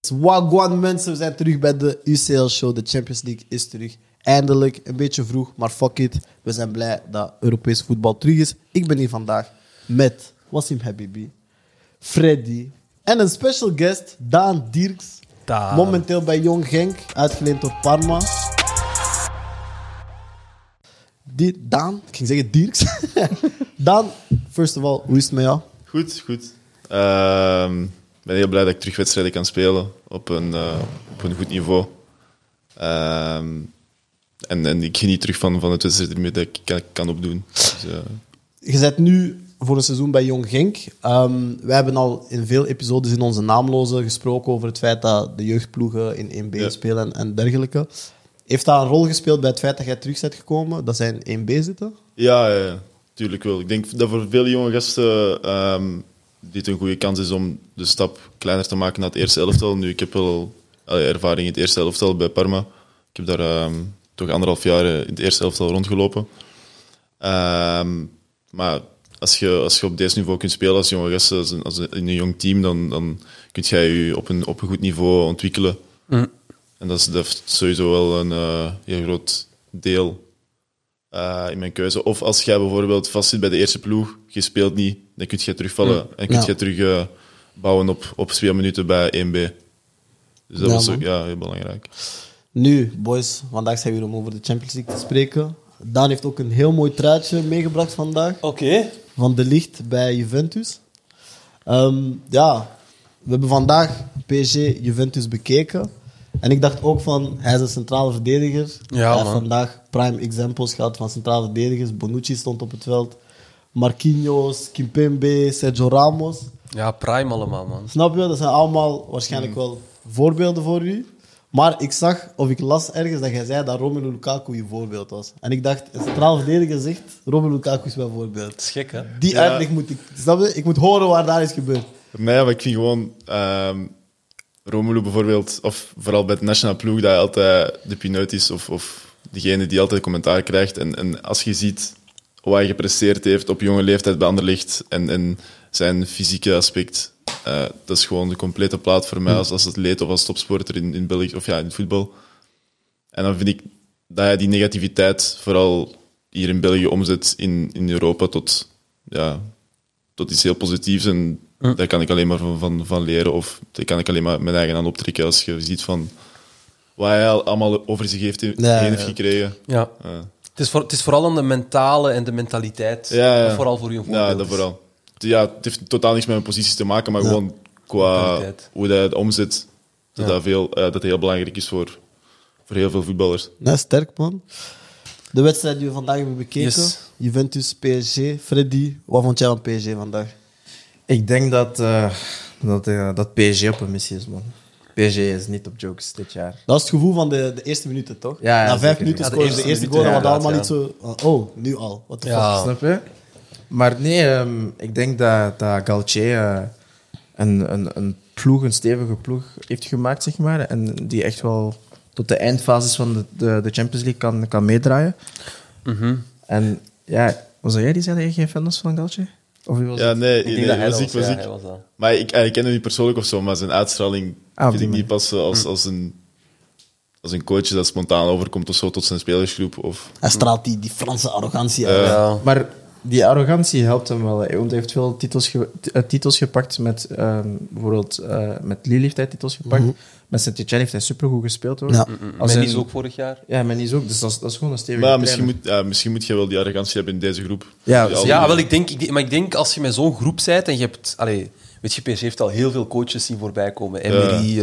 Wagwan mensen, we zijn terug bij de UCL-show. De Champions League is terug. Eindelijk, een beetje vroeg, maar fuck it. We zijn blij dat Europees voetbal terug is. Ik ben hier vandaag met Wassim Habibi, Freddy en een special guest, Daan Dierks. Momenteel bij Jong Genk, uitgeleend door Parma. Daan, ik ging zeggen Dierks. Daan, first of all, hoe is het met jou? Goed. Ik ben heel blij dat ik terug wedstrijden kan spelen op een goed niveau. En ik geniet terug van het wedstrijd dat ik kan opdoen. Dus, Je bent nu voor een seizoen bij Jong Genk. Wij hebben al in veel episodes in onze naamloze gesproken over het feit dat de jeugdploegen in 1B spelen en dergelijke. Heeft dat een rol gespeeld bij het feit dat jij terug bent gekomen, dat zij in 1B zitten? Ja, tuurlijk wel. Ik denk dat voor veel jonge gasten dit een goede kans is om de stap kleiner te maken naar het eerste elftal. Nu, ik heb wel ervaring in het eerste elftal bij Parma. Ik heb daar toch 1,5 jaar in het eerste elftal rondgelopen. Maar als je op deze niveau kunt spelen als jonge gasten, in een jong team, dan kun je je op een goed niveau ontwikkelen. Mm. En dat is sowieso wel een heel groot deel in mijn keuze. Of als jij bijvoorbeeld vastzit bij de eerste ploeg, je speelt niet, dan kun je terugvallen en kun je terug bouwen op speelminuten bij 1B. Dus dat was ook heel belangrijk. Nu, boys, vandaag zijn we hier om over de Champions League te spreken. Daan heeft ook een heel mooi truitje meegebracht vandaag. Oké. Van De Ligt bij Juventus. We hebben vandaag PSG-Juventus bekeken. En ik dacht ook van, hij is een centrale verdediger. Ja, hij heeft vandaag prime examples gehad van centrale verdedigers. Bonucci stond op het veld. Marquinhos, Kimpembe, Sergio Ramos. Ja, prime allemaal, man. Snap je? Dat zijn allemaal waarschijnlijk wel voorbeelden voor u. Maar ik zag, of ik las ergens, dat jij zei dat Romelu Lukaku je voorbeeld was. En ik dacht, een centraal verdediger zegt, Romelu Lukaku is mijn voorbeeld. Dat is gek, hè? Die uitleg moet ik... Snap je? Ik moet horen waar daar is gebeurd. Nee, maar ik vind gewoon... Romelu bijvoorbeeld, of vooral bij het nationale ploeg, dat hij altijd de pineut is, of degene die altijd commentaar krijgt. En als je ziet wat hij gepresteerd heeft op jonge leeftijd bij Anderlecht en zijn fysieke aspect, dat is gewoon de complete plaat voor mij als atleet of als topsporter in België, of in het voetbal. En dan vind ik dat hij die negativiteit vooral hier in België omzet in Europa tot iets heel positiefs. En daar kan ik alleen maar van leren, of daar kan ik alleen maar mijn eigen aan optrekken als je ziet van wat hij allemaal over zich heeft gekregen. Ja. Het is vooral aan de mentale en de mentaliteit. Ja. Vooral voor je voorbeeld. Ja, dat vooral. Ja, het heeft totaal niks met mijn positie te maken, maar gewoon qua hoe hij het omzet, dat heel belangrijk is voor heel veel voetballers. Nee, sterk, man. De wedstrijd die we vandaag hebben bekeken, Yes. Juventus, PSG. Freddy, wat vond jij van PSG vandaag? Ik denk dat PSG op een missie is, man. PSG is niet op jokes dit jaar. Dat is het gevoel van de eerste minuten, toch? Ja, Na 5 zeker. minuten Ja, de scoren ze de eerste eerste goal en we minuten, hadden allemaal inderdaad, niet zo... Oh, nu al. What the Ja. fuck? Snap je? Maar nee, ik denk dat Galtier een stevige ploeg heeft gemaakt, zeg maar. En die echt wel tot de eindfases van de Champions League kan meedraaien. Mm-hmm. En ja, was dat jij die zei dat je geen fan was van Galtier? Of wie was het? Nee, Ik denk dat hij was dat ik. was. Ja, hij was dat. Maar ik ken hem niet persoonlijk of zo, maar zijn uitstraling op vind die ik niet passen als een coach dat spontaan overkomt of zo tot zijn spelersgroep. Of... Hij straalt die Franse arrogantie uit. Ja. Maar die arrogantie helpt hem wel. Want hij heeft veel titels gepakt met... bijvoorbeeld met Lille heeft hij titels gepakt. Met Saint-Etienne heeft hij supergoed gespeeld, hoor. Ja. Men is ook vorig jaar. Ja, men is ook. Dus dat is gewoon een stevige Maar trainer. misschien moet je wel die arrogantie hebben in deze groep. Ja, Die Ja, wel, ik denk als je met zo'n groep bent en je hebt... weet je, PSG heeft al heel veel coaches zien voorbij komen. Emery,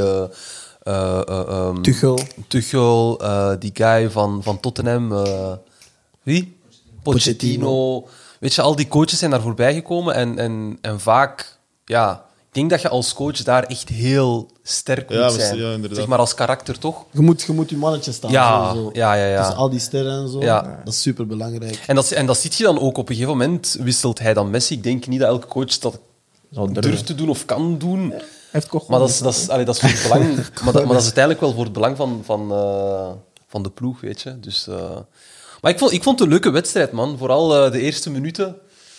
Tuchel, die guy van Tottenham. Wie? Pochettino. Weet je, al die coaches zijn daar voorbij gekomen en vaak... Ja, ik denk dat je als coach daar echt heel sterk moet zijn. Ja, inderdaad. Zeg maar als karakter, toch? Je moet je mannetje staan. Ja, zo. ja. Dus al die sterren en zo, Ja. dat is super belangrijk. En dat ziet je dan ook. Op een gegeven moment wisselt hij dan Messi. Ik denk niet dat elke coach dat durft te doen of kan doen. Hij heeft Koch Maar dat is voor het belang... maar dat is uiteindelijk wel voor het belang van de ploeg, weet je. Dus, maar ik vond het een leuke wedstrijd, man. Vooral de eerste minuten.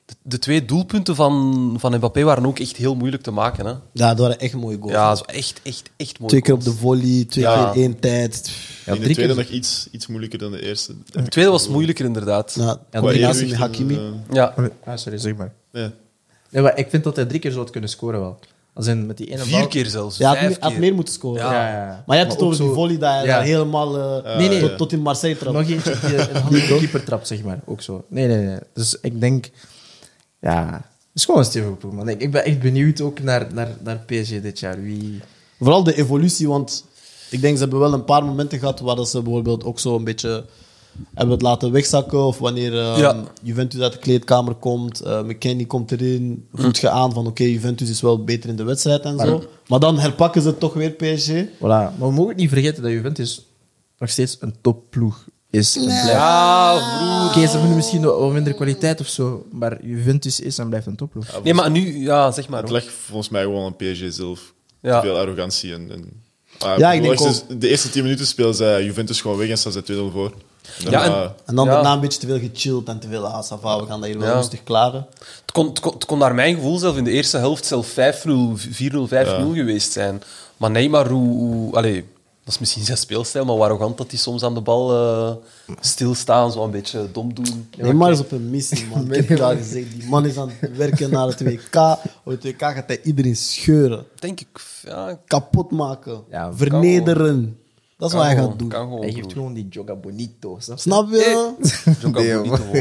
De 2 doelpunten van Mbappé waren ook echt heel moeilijk te maken. Hè? Ja, dat waren echt mooie goals. Ja, zo echt mooi. 2 keer op de volley, 2 Ja. keer één tijd. Ja, in de 3 tweede keer. nog iets moeilijker dan de eerste. De tweede was moeilijker, inderdaad. Ja, Ja, combinatie evenwicht met en, Hakimi. Ja. Ah, sorry, zeg maar. ja. Nee, maar ik vind dat hij 3 keer zou het kunnen scoren wel. Als in met die ene 4 bal. keer zelfs. Ja, 5 hij had keer. meer moeten scoren. Ja. Ja. Maar je hebt het ook over die zo- volley dat hij Ja. daar helemaal Nee. tot in Marseille trapt. Nog eentje die een handige keeper trapt, zeg maar. Ook zo. Nee. Dus ik denk... Ja, het is gewoon een stevige ploeg, man. Ik ben echt benieuwd ook naar PSG dit jaar. Wie... Vooral de evolutie, want ik denk ze hebben wel een paar momenten gehad waar dat ze bijvoorbeeld ook zo een beetje hebben het laten wegzakken. Of wanneer Ja. Juventus uit de kleedkamer komt, McKennie komt erin, voelt je aan van oké, Juventus is wel beter in de wedstrijd en zo. Maar dan herpakken ze toch weer PSG. Voilà. Maar we mogen niet vergeten dat Juventus nog steeds een topploeg is. En blijft. Ja, broer. Oké, ze hebben misschien wat minder kwaliteit of zo, maar Juventus is en blijft een topploeg. Nee, maar nu... Ja, zeg maar. Het hoor. lag volgens mij gewoon aan PSG zelf. Ja. Veel arrogantie. Ja, ik denk de eerste 10 minuten speelden ze Juventus gewoon weg en staan ze 2-0 voor. En Ja, daarna- En dan Ja. daarna een beetje te veel gechilled en te veel Sava, we gaan dat hier wel Ja. rustig klaren. Het kon naar mijn gevoel zelf in de eerste helft zelf 5-0, 4-0, 5-0 geweest zijn. Maar Neymar, allee, dat is misschien zijn speelstijl, maar hoe arrogant dat hij soms aan de bal stilstaan, zo een beetje dom doen. Nee, maar is op een missie, man. Ik heb dat gezegd. Die man is aan het werken naar het WK. Op het WK gaat hij iedereen scheuren, Denk ik, ja, kapot maken, Ja, vernederen. Dat is wat hij gaat doen. Kan gewoon, Hij geeft broer. gewoon die Joga Bonito. Snap je? Snap je? Joga Nee, Bonito gewoon.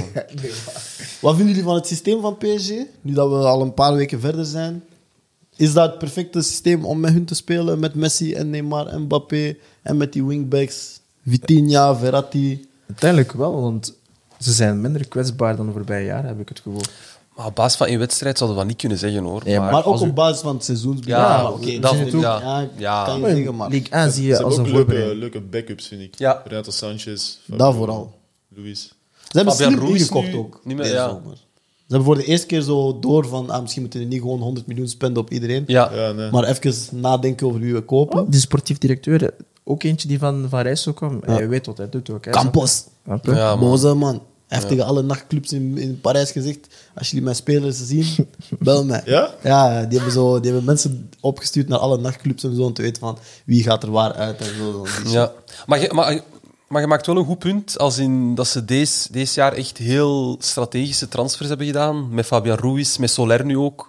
Wat vinden jullie van het systeem van PSG? Nu dat we al een paar weken verder zijn. Is dat het perfecte systeem om met hun te spelen? Met Messi en Neymar en Mbappé en met die wingbacks? Vitinha, Verratti. Uiteindelijk wel, want ze zijn minder kwetsbaar dan de voorbije jaren, heb ik het gevoel. Maar op basis van één wedstrijd zouden we dat niet kunnen zeggen, hoor. Nee, Maar ook als u- op basis van het seizoensbegin. Ja, maar oké, dat- natuurlijk, ja. Ja. kan je Maar in zeggen, maar Ligue 1 zie Ze je hebben als ook een leuke, voorbereiding. leuke backups, vind ik. Ja. Renato Sanchez. Dat vooral. Luis. Ze hebben Fabian slim Ruiz ingekocht nu ook. niet meer, deze ja. zomer. Ze hebben voor de eerste keer zo door van misschien moeten we niet gewoon 100 miljoen spenden op iedereen. Ja. Ja, nee. Maar even nadenken over wie we kopen. Die sportief directeur, ook eentje die van Rijssel kwam, hij weet wat hij doet ook. Hè. Campos. Snap je? Ja, man. Boze man. Hij heeft tegen alle nachtclubs in Parijs gezegd: als jullie mijn spelers zien, bel mij. Ja? Ja, die hebben mensen opgestuurd naar alle nachtclubs en zo om te weten van wie gaat er waar uit en zo. Die shit. Ja. Maar je maakt wel een goed punt, als in dat ze deze jaar echt heel strategische transfers hebben gedaan. Met Fabian Ruiz, met Soler nu ook.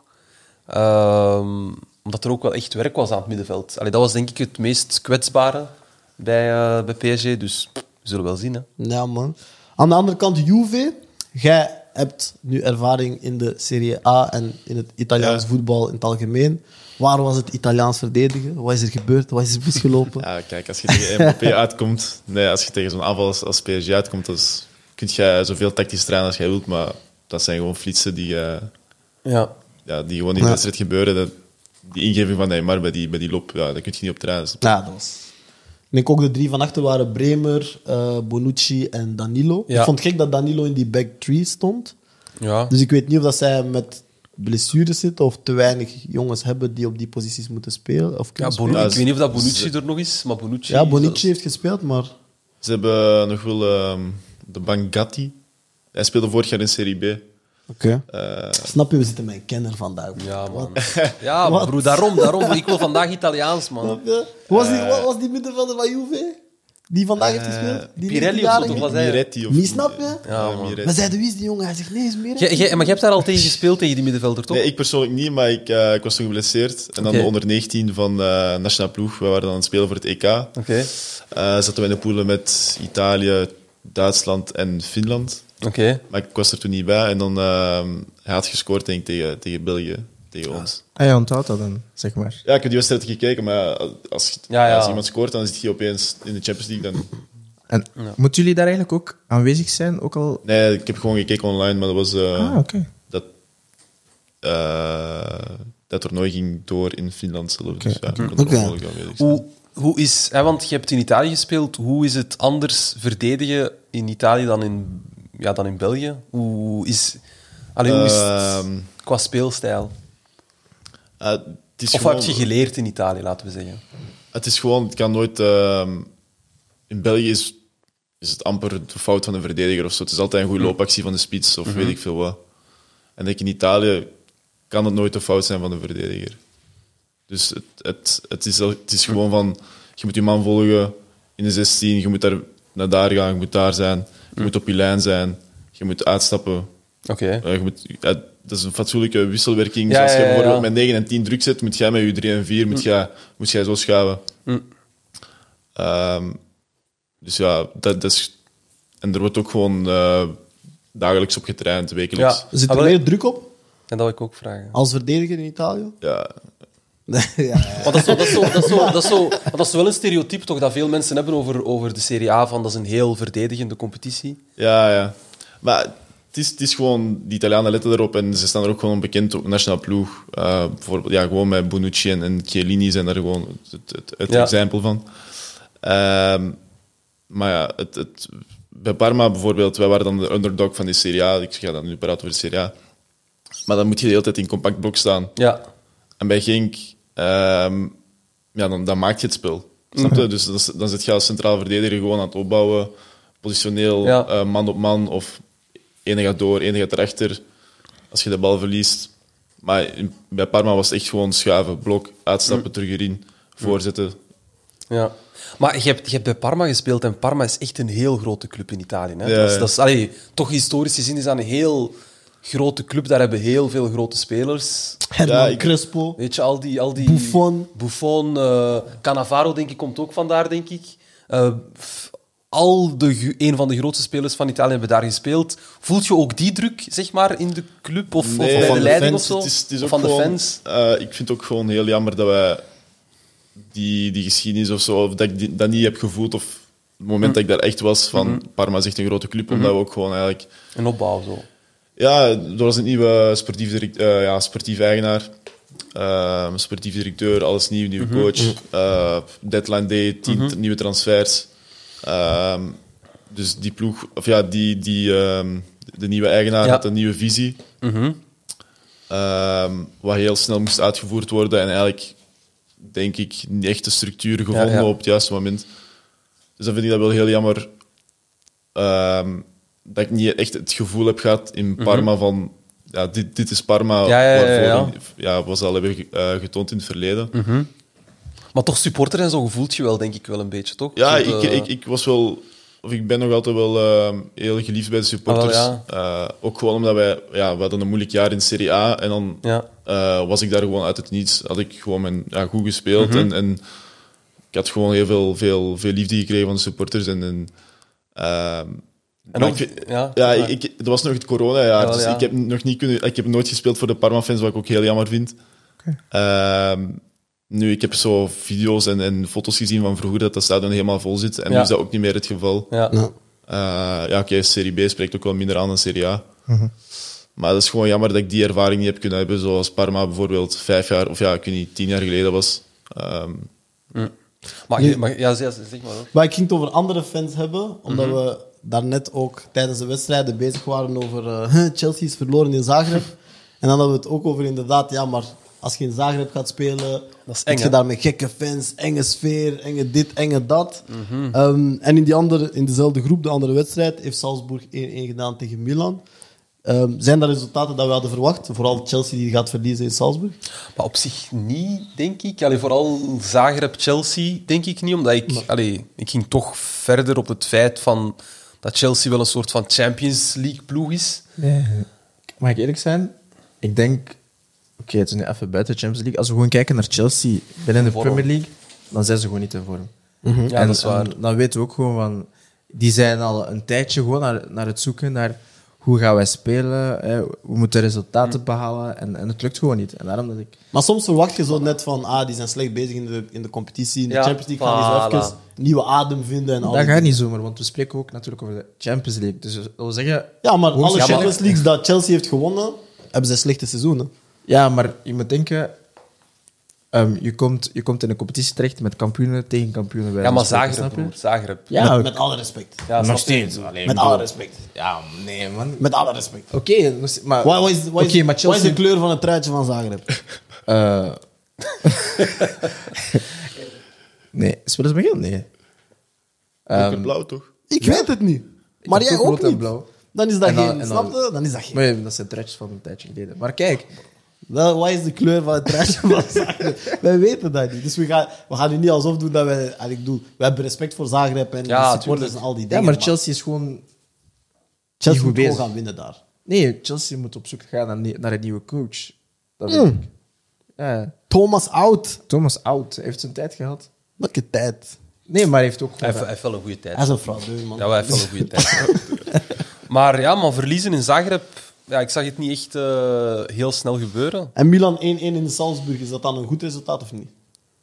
Omdat er ook wel echt werk was aan het middenveld. Allee, dat was denk ik het meest kwetsbare bij PSG. Dus we zullen wel zien. Hè. Ja, man. Aan de andere kant, Juve. Jij hebt nu ervaring in de Serie A en in het Italiaans Ja. voetbal in het algemeen. Waar was het Italiaans verdedigen? Wat is er gebeurd? Wat is er misgelopen? Ja, kijk, als je tegen Mbappé uitkomt, nee, als je tegen zo'n aanval als PSG uitkomt, dan kun je zoveel tactisch trainen als jij wilt, maar dat zijn gewoon flitsen die Ja. die gewoon in de wedstrijd gebeuren. Die ingeving van Neymar bij die loop, ja, daar kun je niet op trainen. Ja, dat was... Ik denk ook de 3 van achter waren Bremer, Bonucci en Danilo. Ja. Ik vond het gek dat Danilo in die back 3 stond. Ja. Dus ik weet niet of dat zij met blessures zitten of te weinig jongens hebben die op die posities moeten spelen. Of Ja, kunnen Bonucci, spelen. ik weet niet of dat Bonucci er nog is, maar Bonucci... Ja, Bonucci heeft gespeeld, maar... Ze hebben nog wel de Bangatti. Hij speelde vorig jaar in Serie B. Oké. Snap je, we zitten met een kenner vandaag. Ja, man. Wat? Ja, Wat? broer, daarom. Ik wil vandaag Italiaans, man. Snap je? Wat was die middenvelder van Juve? Die vandaag heeft gespeeld? Die Pirelli of zo, 19-jarige? toch was hij? Miretti. Of, Niet snap je? Ja, man. Miretti. We zeiden, wie is die jongen? Hij zegt, nee, is meer. Maar je hebt daar al tegen gespeeld, tegen die middenvelder, toch? Nee, ik persoonlijk niet, maar ik was toen geblesseerd. En dan Oké. de onder 19 van Nationale Ploeg. We waren dan aan het spelen voor het EK. Oké. Zaten we in de poelen met Italië, Duitsland en Finland. Oké. Maar ik was er toen niet bij. En dan hij had gescoord denk ik, tegen België, tegen ons. Hij onthoudt dat dan, zeg maar. Ja, ik heb die wedstrijd gekeken, maar ja, als Ja. iemand scoort, dan zit hij opeens in de Champions League. Dan... En moeten jullie daar eigenlijk ook aanwezig zijn? Ook al... Nee, ik heb gewoon gekeken online, maar dat was... Oké. Dat toernooi ging door in Finland zelf. Dus ja, ik kon er Oké. onmogelijk aanwezig zijn. Hoe is... Hè, want je hebt in Italië gespeeld. Hoe is het anders verdedigen in Italië dan in België? Hoe is het Ehm, qua speelstijl? het is Of gewoon- wat heb je geleerd in Italië, laten we zeggen? Het is gewoon, het kan nooit... in België is het amper de fout van een verdediger of zo. Het is altijd een goede loopactie van de spits of weet ik veel wat. En denk in Italië kan het nooit een fout zijn van de verdediger. Dus het is gewoon van, je moet je man volgen in de 16, je moet daar naar daar gaan, je moet daar zijn, je moet op je lijn zijn, je moet uitstappen. Oké. Dat is een fatsoenlijke wisselwerking. Ja, Zoals je ja, ja, bijvoorbeeld ja. met 9 en 10 druk zet, moet jij met je 3 en 4 moet jij zo schuiven. Dus ja, dat is... En er wordt ook gewoon dagelijks op getraind, wekelijks. Ja. Zit er Ah, wel- meer druk op En dat wil ik ook vragen. als verdediger in Italië? Ja. Ja. Maar dat is wel een stereotype toch, dat veel mensen hebben over de Serie A, van dat is een heel verdedigende competitie. Ja. Maar het is gewoon... Die Italianen letten erop en ze staan er ook gewoon bekend op de nationale ploeg. Bijvoorbeeld, ja, gewoon met Bonucci en Chiellini zijn daar gewoon het Ja. exempel van. Maar ja, bij Parma bijvoorbeeld, wij waren dan de underdog van die Serie A. Ik ga dan nu praten over de Serie A. Maar dan moet je de hele tijd in compact blok staan. Ja. En bij Genk, dan maak je het spel. Snap je? Dus dan zit je als centraal verdediger gewoon aan het opbouwen. Positioneel, Ja. man op man. Of ene gaat door, ene gaat erachter. Als je de bal verliest. Maar bij Parma was het echt gewoon schuiven, blok, uitstappen, terug erin, voorzetten. Ja. Maar je hebt bij Parma gespeeld en Parma is echt een heel grote club in Italië. Hè? Ja, Dat is, toch historisch gezien is dat een heel grote club. Daar hebben heel veel grote spelers. Hernan Crespo. Weet je, al die Buffon. Cannavaro, denk ik, komt ook vandaar, denk ik. Een van de grootste spelers van Italië hebben daar gespeeld. Voelt je ook die druk, zeg maar, in de club of Nee, bij van de de leiding fans. of zo? Het is Of ook van de gewoon, fans? ik vind het ook gewoon heel jammer dat wij die geschiedenis of zo, of dat ik dat niet heb gevoeld. Of het moment dat ik daar echt was, van Parma is echt een grote club, omdat we ook gewoon eigenlijk... Een opbouw, zo. Ja, er was een nieuwe sportief eigenaar, sportief directeur, alles nieuw, nieuwe coach. Deadline day, 10 nieuwe transfers. Dus die ploeg, of ja, de nieuwe eigenaar had een nieuwe visie. Wat heel snel moest uitgevoerd worden en eigenlijk, denk ik, niet echt de structuur gevonden op het juiste moment. Dus dan vind ik dat wel heel jammer. Dat ik niet echt het gevoel heb gehad in Parma van... Ja, dit is Parma, waarvoor we al hebben getoond in het verleden. Maar toch supporter en zo gevoelt je wel, denk ik, wel een beetje, toch? Ja, Zo ik was wel... Of ik ben nog altijd wel heel geliefd bij de supporters. Ook gewoon omdat we hadden een moeilijk jaar in Serie A. En dan was ik daar gewoon uit het niets. Had ik gewoon goed gespeeld. En ik had gewoon heel veel liefde gekregen van de supporters. En ook, het was nog het coronajaar, dus ik heb nooit gespeeld voor de Parma-fans, wat ik ook heel jammer vind. Nu, ik heb zo video's en foto's gezien van vroeger dat stadion helemaal vol zit. En nu is dat ook niet meer het geval. Serie B spreekt ook wel minder aan dan Serie A. Maar dat is gewoon jammer dat ik die ervaring niet heb kunnen hebben, zoals Parma bijvoorbeeld 5 jaar, of 10 jaar geleden was. zeg maar hoor. Maar ik ging het over andere fans hebben, omdat we daarnet ook tijdens de wedstrijden bezig waren over Chelsea is verloren in Zagreb. En dan hadden we het ook over inderdaad, maar als je in Zagreb gaat spelen, dat is heb eng, je daar met gekke fans, enge sfeer, enge dit, enge dat. En in dezelfde groep, de andere wedstrijd, heeft Salzburg 1-1 gedaan tegen Milan. Zijn dat resultaten dat we hadden verwacht? Vooral Chelsea die gaat verliezen in Salzburg? Maar op zich niet, denk ik. Vooral Zagreb-Chelsea, denk ik niet. Omdat ik ging toch verder op het feit dat Chelsea wel een soort van Champions League ploeg is. Mag ik eerlijk zijn? Ik denk... Oké, het is nu even buiten de Champions League. Als we gewoon kijken naar Chelsea binnen de Premier League, dan zijn ze gewoon niet in vorm. Ja, dat is waar. En dan weten we ook gewoon van... Die zijn al een tijdje gewoon naar het zoeken naar hoe gaan wij spelen, we moeten resultaten behalen en het lukt gewoon niet. En daarom dat ik... Maar soms verwacht je zo net van, die zijn slecht bezig in de competitie, in de Champions League, gaan die zo even nieuwe adem vinden. En dat gaat niet zomaar, want we spreken ook natuurlijk over de Champions League. Dus dat wil zeggen... Ja, maar alle Champions Leagues dat Chelsea heeft gewonnen, hebben ze slechte seizoenen. Ja, maar je moet denken... Je komt in een competitie terecht met kampioenen tegen kampioenen. Ja, maar Zagreb. Ja, met alle respect. Ja, nog steeds. Met alle respect. Ja, nee, man. Met alle respect. Oké, maar... Wat is de kleur van het truitje van Zagreb? Nee, spelen ze met geel? Nee. Blauw, toch? Ik weet het niet. Maar jij ook rood en niet. blauw. Dan is dat En dan- geen... en Snap dan- je? Dan is dat geen... Maar ja, dat zijn trashes van een tijdje geleden. Maar kijk, Wat is de kleur van het trasje van Zagreb? Wij weten dat niet. Dus we gaan nu niet alsof doen dat wij... En ik bedoel, we hebben respect voor Zagreb en Ja, de supporters tuurlijk. en al die ja, dingen. maar Chelsea is gewoon... Chelsea goed moet gewoon bezig. gaan winnen daar. Nee, Chelsea moet op zoek gaan naar een nieuwe coach. Dat weet ik. Ja, Thomas out. Thomas oud. Hij heeft zijn tijd gehad. Welke tijd. Nee, maar hij heeft ook Hij gewoon... heeft wel een goede tijd. Hij is een fraudeur, man. Ja, hij heeft wel een goede tijd. Maar ja, man, verliezen in Zagreb... Ja, ik zag het niet echt heel snel gebeuren. En Milan 1-1 in Salzburg, is dat dan een goed resultaat of niet?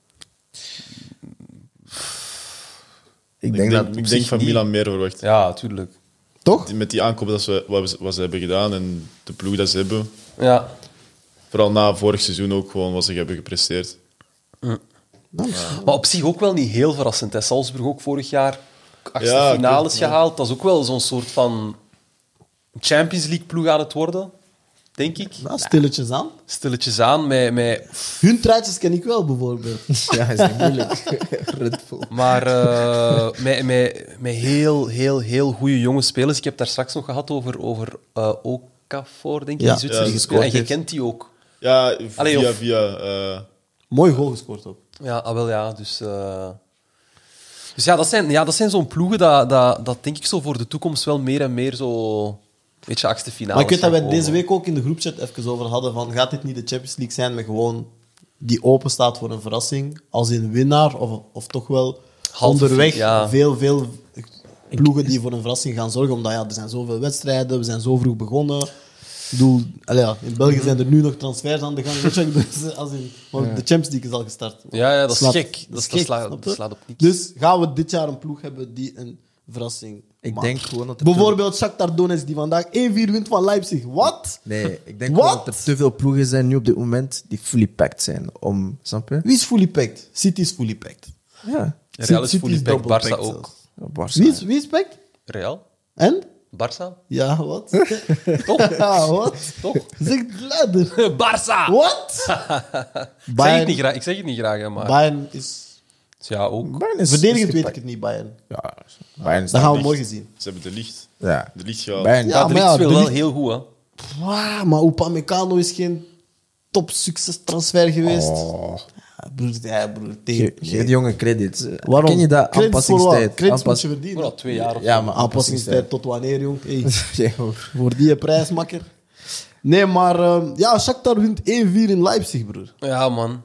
Ik denk dat... Ik denk van niet. Milan meer verwacht. Ja, tuurlijk. Toch? Met die aankoop wat ze hebben gedaan en de ploeg dat ze hebben. Ja. Vooral na vorig seizoen ook gewoon wat ze hebben gepresteerd. Maar op zich ook wel niet heel verrassend. Hè. Salzburg ook vorig jaar achtste Ja, finales klopt, ja. gehaald. Dat is ook wel zo'n soort van Champions League ploeg aan het worden, denk ik. Ja, stilletjes aan. Stilletjes aan, met Hun truitjes ken ik wel, bijvoorbeeld. Ja, is niet moeilijk. Red Bull. maar met heel goede jonge spelers. Ik heb daar straks nog gehad over Okafor, denk ik, Ja, die Zwitser. ja, die gescoord en je heeft. kent die ook. Ja, Allee, of- via Mooi goal gescoord ook. Ja, wel ja. Dus ja, dat zijn zo'n ploegen dat denk ik zo voor de toekomst wel meer en meer zo... Weet je, achtste finale. Maar ik weet dat wij deze week ook in de groepchat even over hadden van gaat dit niet de Champions League zijn, maar gewoon die open staat voor een verrassing, als in winnaar, of toch wel Halve onderweg fi- ja. veel ploegen die voor een verrassing gaan zorgen, omdat ja, er zijn zoveel wedstrijden, we zijn zo vroeg begonnen. Ik bedoel, in België zijn er nu nog transfers aan de gang. Weet je wat ik bedoel? Maar de Champions League is al gestart. Ja, dat is Snap- gek. Dat gek, slaat snap je? op niks. Dus gaan we dit jaar een ploeg hebben die een verrassing Ik maakt. denk gewoon dat er Bijvoorbeeld Shakhtar Donetsk die vandaag 1-4 wint van Leipzig. Wat? Nee, ik denk What? gewoon dat er te veel ploegen zijn nu op dit moment die fully packed zijn. Snap je? Wie is fully packed? City is fully packed. Ja. Real is City fully packed, double Barça packed ook. zelfs. Barça. Wie is packed? Real? En? Barça? Ja, wat? Toch? Ja, wat? Toch? Zeg het luider. Barça! Wat? Ik zeg het niet graag, hè, maar... Bayern is... Ja, ook. Bayern is- Verdedigend is weet ik gepakt. het niet, Bayern. Ja, Bayern is Dat gaan we licht. morgen zien. Ze hebben de licht. Ja. De licht gehaald. Bayern. Ja, Ja, maar de ja, speelt de wel licht- heel goed, hè. Wow, maar Upamecano is geen top-succes-transfer geweest. Oh. Ja, broer, Geef die jongen credit. Waarom? Ken je dat? Credits voor wat? Aanpassingstijd. Credits moet je verdienen. Maar al 2 jaar of Ja, zo. maar Aanpassingstijd tot wanneer, jong? Hey. Ja, hoor. Voor die prijs, makker. Nee, maar ja, Shakhtar wint 1-4 in Leipzig, broer. Ja, man.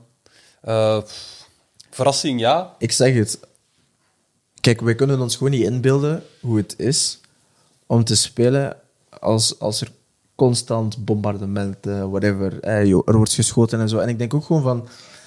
Verrassing, ja. Ik zeg het. Kijk, wij kunnen ons gewoon niet inbeelden hoe het is om te spelen als er constant bombardementen, whatever, er wordt geschoten en zo. En ik denk ook gewoon van...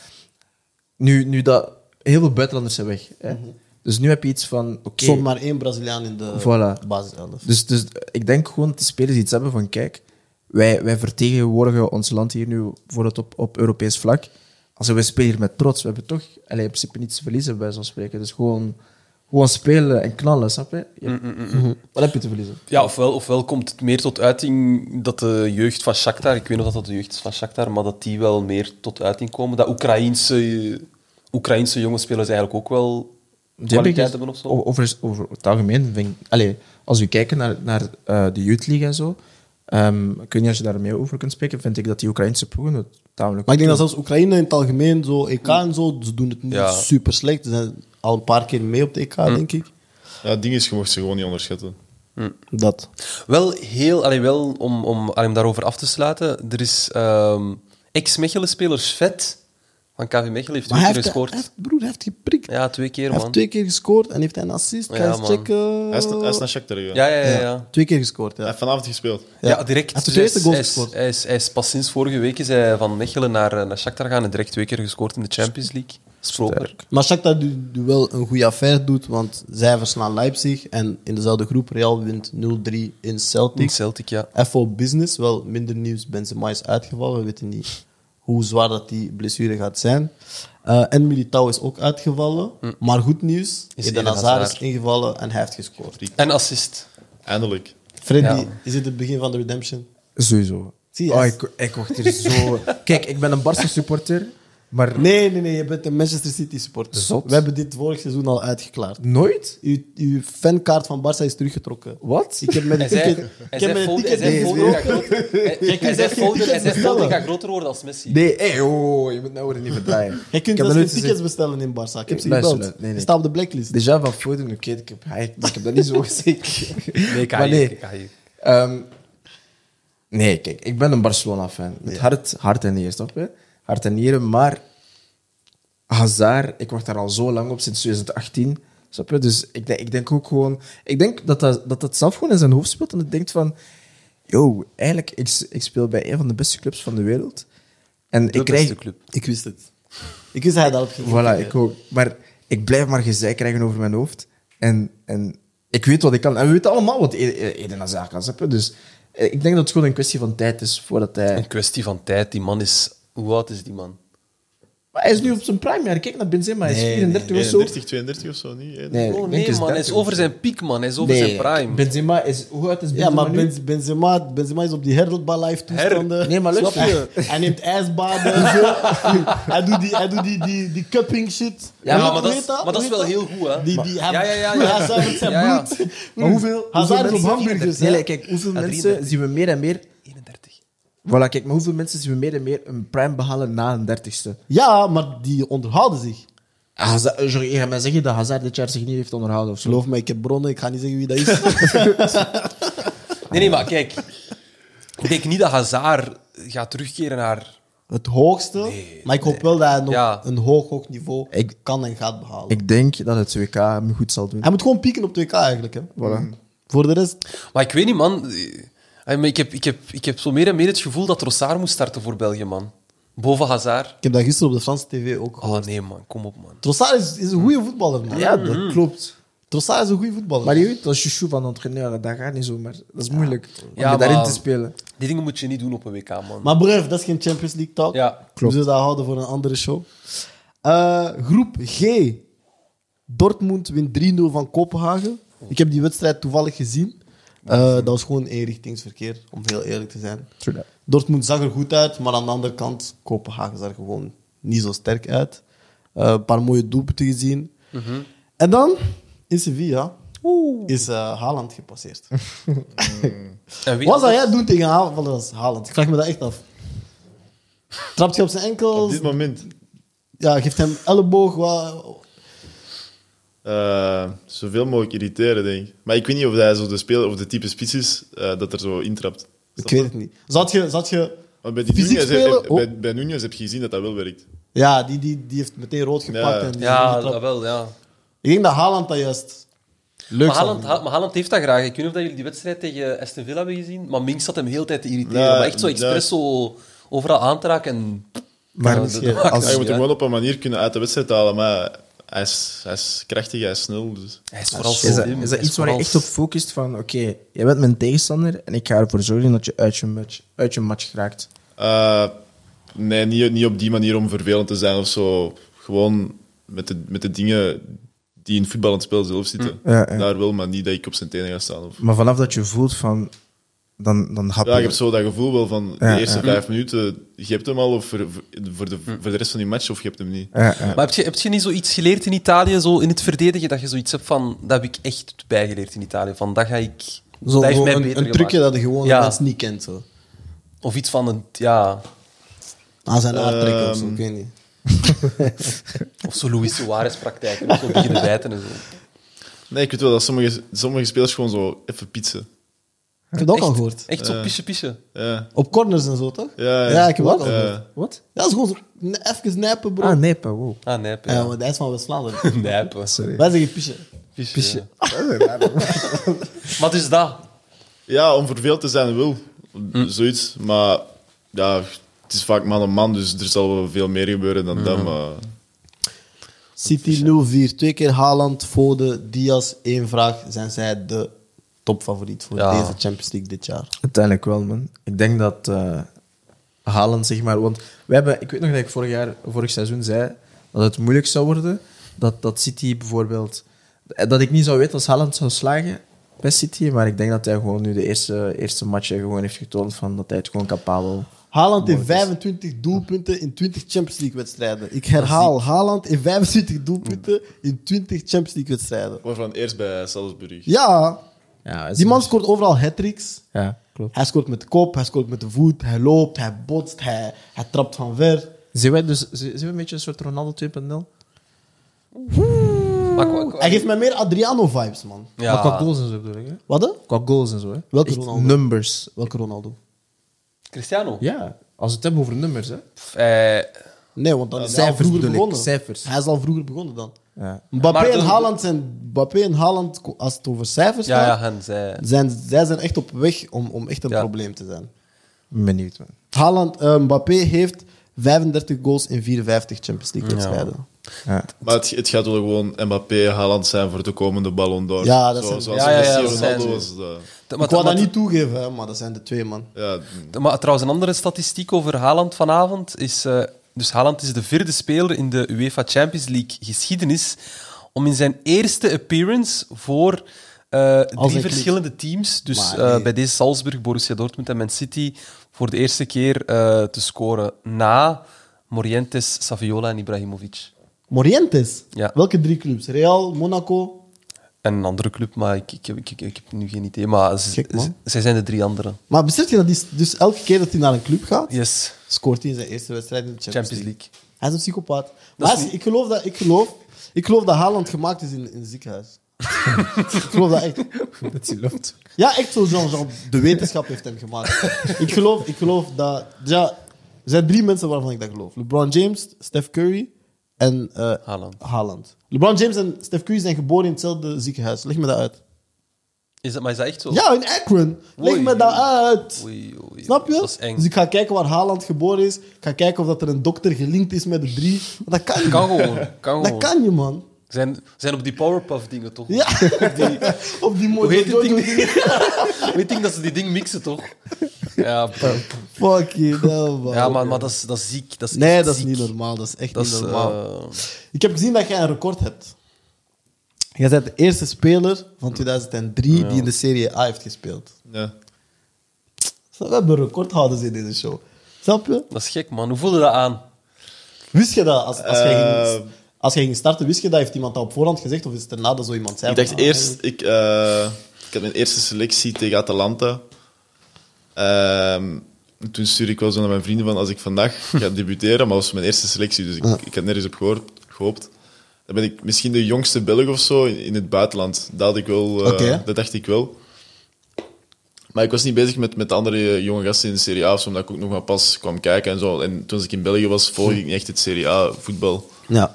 Nu dat... Heel veel buitenlanders zijn weg. Dus nu heb je iets van... Oké, Stond maar 1 Braziliaan in de Voilà. basiself. Dus ik denk gewoon dat die spelers iets hebben van... Kijk, wij vertegenwoordigen ons land hier nu bijvoorbeeld op Europees vlak. Als wij spelen hier met trots. We hebben toch in principe niets te verliezen, bij zo'n spreken. Dus gewoon spelen en knallen, snap je? Wat heb je te verliezen? Ja, ofwel komt het meer tot uiting dat de jeugd van Shakhtar, ik weet nog dat dat de jeugd is van Shakhtar, maar dat die wel meer tot uiting komen. Dat Oekraïense jonge spelers eigenlijk ook wel kwaliteit hebben of zo. Over het algemeen vind ik... Allee, als we kijken naar de Youth League en zo... ik weet niet als je daar meer over kunt spreken, vind ik dat die Oekraïnse ploegen het tamelijk Maar ik denk dat goed zelfs Oekraïne in het algemeen, zo EK en zo, ze doen het niet Ja. super slecht. Ze zijn al een paar keer mee op de EK, denk ik. Ja, het ding is, je mocht ze gewoon niet onderschatten. Dat. Wel heel, wel om daarover af te sluiten, er is ex-Mechelen-speler Svet van KV Mechelen heeft 2 Maar hij keer heeft, gescoord. hij heeft geprikt. Ja, 2 keer, Hij man. heeft 2 keer gescoord en heeft hij een assist. Ja, Ga eens man. checken. Hij is naar Shakhtar gegaan. Ja. 2 keer gescoord, ja. Hij heeft vanavond gespeeld. Ja, direct. Hij heeft de Dus eerste goal hij is- gescoord. Hij is pas sinds vorige week is hij van Mechelen naar Shakhtar gaan en direct 2 keer gescoord in de Champions League. Stroper. Maar Shakhtar die wel een goede affaire doet, want zij verslaan Leipzig en in dezelfde groep Real wint 0-3 in Celtic. In Celtic, ja. FO Business, wel minder nieuws. Benzema is uitgevallen. We weten niet hoe zwaar dat die blessure gaat zijn. En Militao is ook uitgevallen. Maar goed nieuws. Eden Eden Hazard Hazard. is ingevallen en hij heeft gescoord. En assist. Eindelijk. Freddy, Ja. is dit het begin van de redemption? Sowieso. Zie je? Oh, ik word er zo... Kijk, ik ben een Barca-supporter. Maar Nee, je bent een Manchester City supporter. Zot. We hebben dit vorig seizoen al uitgeklaard. nooit? Uw fankaart van Barça is teruggetrokken. Wat? Ik heb met Hij een zei ticket... hij Ik heb zei met een Foden- hij ticket zei Foden gaat ingesproken. groot- hij zei Foden gaat groter worden als Messi. Nee, je moet nou worden niet verdraaien. Je kunt heb dus nooit geen tickets bestellen in Barça. Ik heb ze Luister, gebeld. nee. Je staat op de blacklist. Déjà van Foden, oké, ik heb dat niet zo gezegd. Nee, Maar nee. kan je. Nee, kijk, ik ben een Barcelona-fan. Met hart en nieren, snap je? Hart en nieren, maar Hazard, ik wacht daar al zo lang op, sinds 2018. Snap je? Dus ik denk ook gewoon... Ik denk dat zelf gewoon in zijn hoofd speelt en het denkt van... Yo, eigenlijk, ik speel bij een van de beste clubs van de wereld. En De ik krijg... beste club. Ik wist het. Ik wist dat hij dat had gezegd. Voilà, ik ook. Maar ik blijf maar gezeik krijgen over mijn hoofd. En ik weet wat ik kan. En we weten allemaal wat Eden Hazard kan. Snap je? Dus ik denk dat het gewoon een kwestie van tijd is voordat hij... Een kwestie van tijd. Die man is... Hoe oud is die man? Maar hij is nu op zijn prime jaar. Kijk naar Benzema, hij is Nee, 34 of zo. 31, 32 of zo, niet? Nee, Oh ik denk nee, is man. Hij 30 is of over zo. zijn piek, man. Hij is over zijn prime. Benzema is... Hoe oud is Ja, Benzema maar nu? Benzema is op die herdelbal live toestanden. Nee, maar Snap luister. je? Hij neemt ijsbaden en zo. Hij doet die cupping shit. Ja, Hoe maar heet dat is Hoe wel heet heel goed, hè? Hij zuivert zijn Ja, ja. bloed. Maar hoeveel Hazard is op mensen... hamburgers. Nee, hè? nee, kijk, hoeveel Ja, mensen 33. zien we meer en meer... 31. Voilà, kijk, maar hoeveel mensen zien we meer en meer een prime behalen na een 30ste? Ja, maar die onderhouden zich. Je gaat mij zeggen dat Hazard dit jaar zich niet heeft onderhouden of zo. Geloof me, ik heb bronnen. Ik ga niet zeggen wie dat is. Nee, maar kijk. Ik denk niet dat Hazard gaat terugkeren naar... Het hoogste. Maar ik hoop wel dat hij nog Ja. een hoog niveau kan en gaat behalen. Ik denk dat het WK hem goed zal doen. Hij moet gewoon pieken op 2K eigenlijk. Hè. Voilà. Voor de rest... Maar ik weet niet, man. Maar ik heb zo meer en meer het gevoel dat Trossard moet starten voor België, man. Boven Hazard. Ik heb dat gisteren op de Franse tv ook gehoord. Oh nee, man. Kom op, man. Trossard is een goede voetballer, man. Ja, dat klopt. Trossard is een goede voetballer. Maar je weet, als chouchou van de entraîneur, dat gaat niet zo, maar dat is moeilijk om Ja, je daarin maar- te spelen. Die dingen moet je niet doen op een WK, man. Maar bref, dat is geen Champions League talk. Ja, We zullen dat houden voor een andere show. Groep G. Dortmund wint 3-0 van Kopenhagen. Ik heb die wedstrijd toevallig gezien. Dat was gewoon eenrichtingsverkeer, om heel eerlijk te zijn. Dortmund zag er goed uit, maar aan de andere kant, Kopenhagen zag er gewoon niet zo sterk uit. Een paar mooie doelpunten gezien. En dan, in Sevilla, is Haaland gepasseerd. En wie Wat zou jij doen tegen aanvallers als Haaland? Ik vraag me dat echt af. Trapt je op zijn Op enkels? dit moment. Ja, geeft hem elleboog. Zoveel mogelijk irriteren, denk ik. Maar ik weet niet of hij zo de speler of de type spits is dat er zo intrapt. Ik weet het niet. Zat je... Maar bij, die Fysiek Nunez, spelen? bij Nunez heb je gezien dat dat wel werkt. Ja, die heeft meteen rood gepakt. Ja. En die Ja, die trap- dat wel, ja. Ik denk dat Haaland dat juist leuk Maar zou Haaland, vinden. maar Haaland heeft dat graag. Ik weet niet of dat jullie die wedstrijd tegen Aston Villa hebben gezien, maar Minks zat hem heel de tijd te irriteren. Ja, maar echt zo expres zo overal aan te raken. En... Maar Ja, misschien dat maakt als- Ja, je moet niet hem uit. gewoon op een manier kunnen uit de wedstrijd halen, maar hij is krachtig, hij is snel. Dus. Hij is vooral Is dat, slim. is Hij dat iets waar je vooral- echt op focust van, oké, jij bent mijn tegenstander en ik ga ervoor zorgen dat je uit je match raakt? Nee, niet op die manier om vervelend te zijn of zo. Gewoon met de dingen die in voetbal aan het spel zelf zitten. Ja. Daar wel, maar niet dat ik op zijn tenen ga staan. Of... Maar vanaf dat je voelt van, dan hap Ja, ik je. heb zo dat gevoel wel van de Ja, eerste ja. 5 minuten, je hebt hem al of voor de rest van die match of je hebt hem niet. Ja, ja. Maar heb je niet zoiets geleerd in Italië, zo in het verdedigen, dat je zoiets hebt van, dat heb ik echt bijgeleerd in Italië, van dat ga ik... Zo, dat heeft zo mij een beter trucje gemaakt. dat de gewone Ja. mens niet kent. Zo. Of iets van een, ja... Aan zijn haar trekken of zo, ik weet niet. Of zo Luis Suarez praktijken, of zo beginnen bijten en zo. Nee, ik weet wel dat sommige spelers gewoon zo even pietsen. Ik heb dat ook al gehoord. Echt zo pisje. Ja. Op corners en zo, toch? Ja, Ja, ik heb dat ook al Ja. gehoord. Wat? Ja, dat is gewoon zo even nijpen, bro. Ah, nee, pa, wow. Ah, nee, Ja, maar hij is van West-Vlaanderen. nee, Sorry. Wij zeggen pisje. pisje. Maar dus dat. Ja, om verveeld te zijn wel. Zoiets. Maar ja, het is vaak man op man, dus er zal wel veel meer gebeuren dan dat. Maar City 0-4. 2 keer Haaland, Foden, Diaz. 1 vraag. Zijn zij de topfavoriet voor Ja. deze Champions League dit jaar? Uiteindelijk wel, man. Ik denk dat Haaland, zeg maar... Want we hebben, ik weet nog dat ik vorig seizoen zei dat het moeilijk zou worden. Dat City bijvoorbeeld... Dat ik niet zou weten als Haaland zou slagen bij City. Maar ik denk dat hij gewoon nu de eerste matchen gewoon heeft getoond van dat hij het gewoon capabel Haaland heeft 25 doelpunten in 20 Champions League-wedstrijden. Ik herhaal, Haaland heeft 25 doelpunten in 20 Champions League-wedstrijden. Waarvan eerst bij Salzburg. Ja, Ja, die man scoort overal hat-tricks. Ja, klopt. Hij scoort met de kop, hij scoort met de voet, hij loopt, hij botst, hij trapt van ver. Zijn we een beetje een soort Ronaldo 2.0? Hij geeft mij meer Adriano-vibes, man. Ja. Maar qua goals en zo bedoel ik, hè? Wat? Hè? Qua goals en zo, hè? Welke Echt Ronaldo? numbers. Welke Ronaldo? Cristiano? Ja, als we het hebben over nummers, hè? Nee, want dan is hij al Cijfers vroeger bedoel ik, begonnen. cijfers. Hij is al vroeger begonnen dan. Ja. Mbappé Maar en de- Haaland, als het over cijfers Ja, gaat, hen zij. zij zijn echt op weg om echt een Ja. probleem te zijn. Benieuwd, man. Mbappé heeft 35 goals in 54 Champions League-wedstrijden. Ja. Maar het gaat wel gewoon Mbappé, Haaland zijn voor de komende Ballon d'Or. Ja, dat zijn- Zoals Ja, ja, Messi ja, en dat zijn Ronaldo ze. was dat. Ik wou dat niet toegeven, hè, maar dat zijn de twee, man. Ja, Maar trouwens, een andere statistiek over Haaland vanavond is... dus Haaland is de 4e speler in de UEFA Champions League geschiedenis om in zijn eerste appearance voor zijn 3 club. verschillende teams, dus Maar nee. bij deze Salzburg, Borussia Dortmund en Man City, voor de eerste keer te scoren na Morientes, Saviola en Ibrahimovic. Morientes? Ja. Welke 3 clubs? Real, Monaco? En een andere club, maar ik heb nu geen idee. Maar Gek, man. zij zijn de 3 anderen. Maar besef je dat hij dus elke keer dat hij naar een club gaat, Yes, scoort hij in zijn eerste wedstrijd in de Champions Champions League? League. Hij is een psychopaat. Dat Maar is hij is- ik geloof dat Haaland gemaakt is in het ziekenhuis. Ik geloof dat echt. Dat hij loopt. Ja, echt zo. Genre, de wetenschap heeft hem gemaakt. Ik geloof dat... Ja, er zijn 3 mensen waarvan ik dat geloof. LeBron James, Steph Curry en Haaland. LeBron James en Steph Curry zijn geboren in hetzelfde ziekenhuis. Leg me dat uit. Maar is dat echt zo? Ja, in Akron. Leg Oei. me dat uit. Oei, oei, Snap je? Dat is eng. Dus ik ga kijken waar Haaland geboren is. Ik ga kijken of dat er een dokter gelinkt is met de 3. Maar dat kan je. Kan gewoon. Kan Dat gewoon. kan je, man. Zijn op die Powerpuff dingen toch? Ja. Op die mooie... Hoe heet het ding? Weet ik dat ze die ding mixen toch? Ja, bro. Fuck you, no, man. Ja, maar dat is ziek. Dat is Nee, echt dat is ziek. niet normaal. Dat is echt Dat niet is, normaal. Ik heb gezien dat jij een record hebt. Jij bent de eerste speler van 2003 die in de Serie A heeft gespeeld. ja. We hebben recordhouders in deze show. Snap je? dat is gek, man. Hoe voelde dat aan? Wist je dat? Als jij ging starten, wist je dat? Heeft iemand dat op voorhand gezegd? Of is het erna dat zo iemand zei? Ik dacht van, eerst, ik had mijn eerste selectie tegen Atalanta. Toen stuurde ik wel zo naar mijn vrienden van als ik vandaag ga debuteren, maar dat was mijn eerste selectie, dus ik had nergens op gehoopt. Dan ben ik misschien de jongste Belg of zo in het buitenland. Dat had ik wel, Oké. dat dacht ik wel. Maar ik was niet bezig met de andere jonge gasten in de Serie A, of zo, omdat ik ook nog maar pas kwam kijken en zo. En toen ik in België was, volgde ik niet echt het Serie A voetbal. Ja.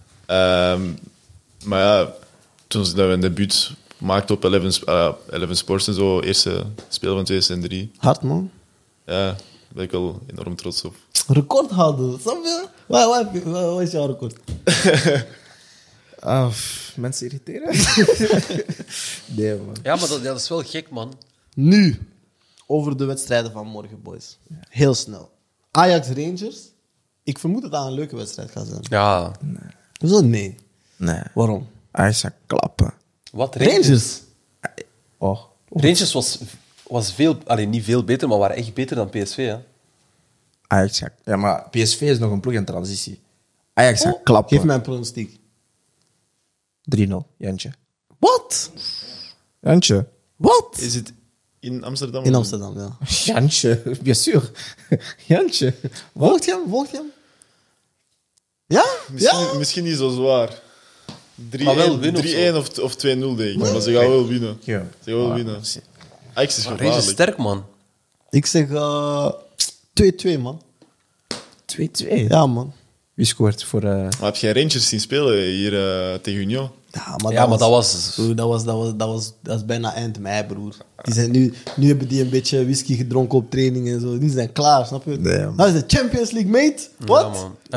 Maar ja, toen we een debuut maakten op 11 Sports en zo, eerste speel van 2003, Hard, man. ja, daar ben ik wel enorm trots op. Recordhouder, snap je? Wat is jouw record? Mensen irriteren? Nee, man. Ja, maar dat is wel gek, man. Nu, over de wedstrijden van morgen, boys. Heel snel. Ajax-Rangers. Ik vermoed dat dat een leuke wedstrijd gaat zijn. Ja. Zo nee. Nee. Waarom? Hij zou klappen. Wat? Rangers. Oh. Rangers was veel... Alleen niet veel beter, maar waren echt beter dan PSV, hè? Ajax gaat... Ja, maar PSV is nog een ploeg in transitie. Ajax gaat klappen. Geef mij een pronostiek. 3-0, Jantje. Wat? Jantje. Wat? Is het in Amsterdam? In Amsterdam, ja. Jantje, bien sûr. Jantje. Volgt je hem? Volgt je hem? Ja? Ja? Misschien niet zo zwaar. 3-1 Maar wel winnen of of 2-0, denk ik. Maar ze gaan wel winnen. Ja. Ze gaan wel winnen. Ajax is Rangers gevaarlijk. sterk, man. Ik zeg 2-2, man. 2-2. Ja, man. Wie scoort voor... Maar heb jij Rangers zien spelen hier tegen Union? Ja, maar dat was... Broer, dat is bijna eind mei, broer. Die zijn nu hebben die een beetje whisky gedronken op training en zo. Die zijn klaar, snap je? Nee, man. Dat is de Champions League, mate. Ja, Wat? man. En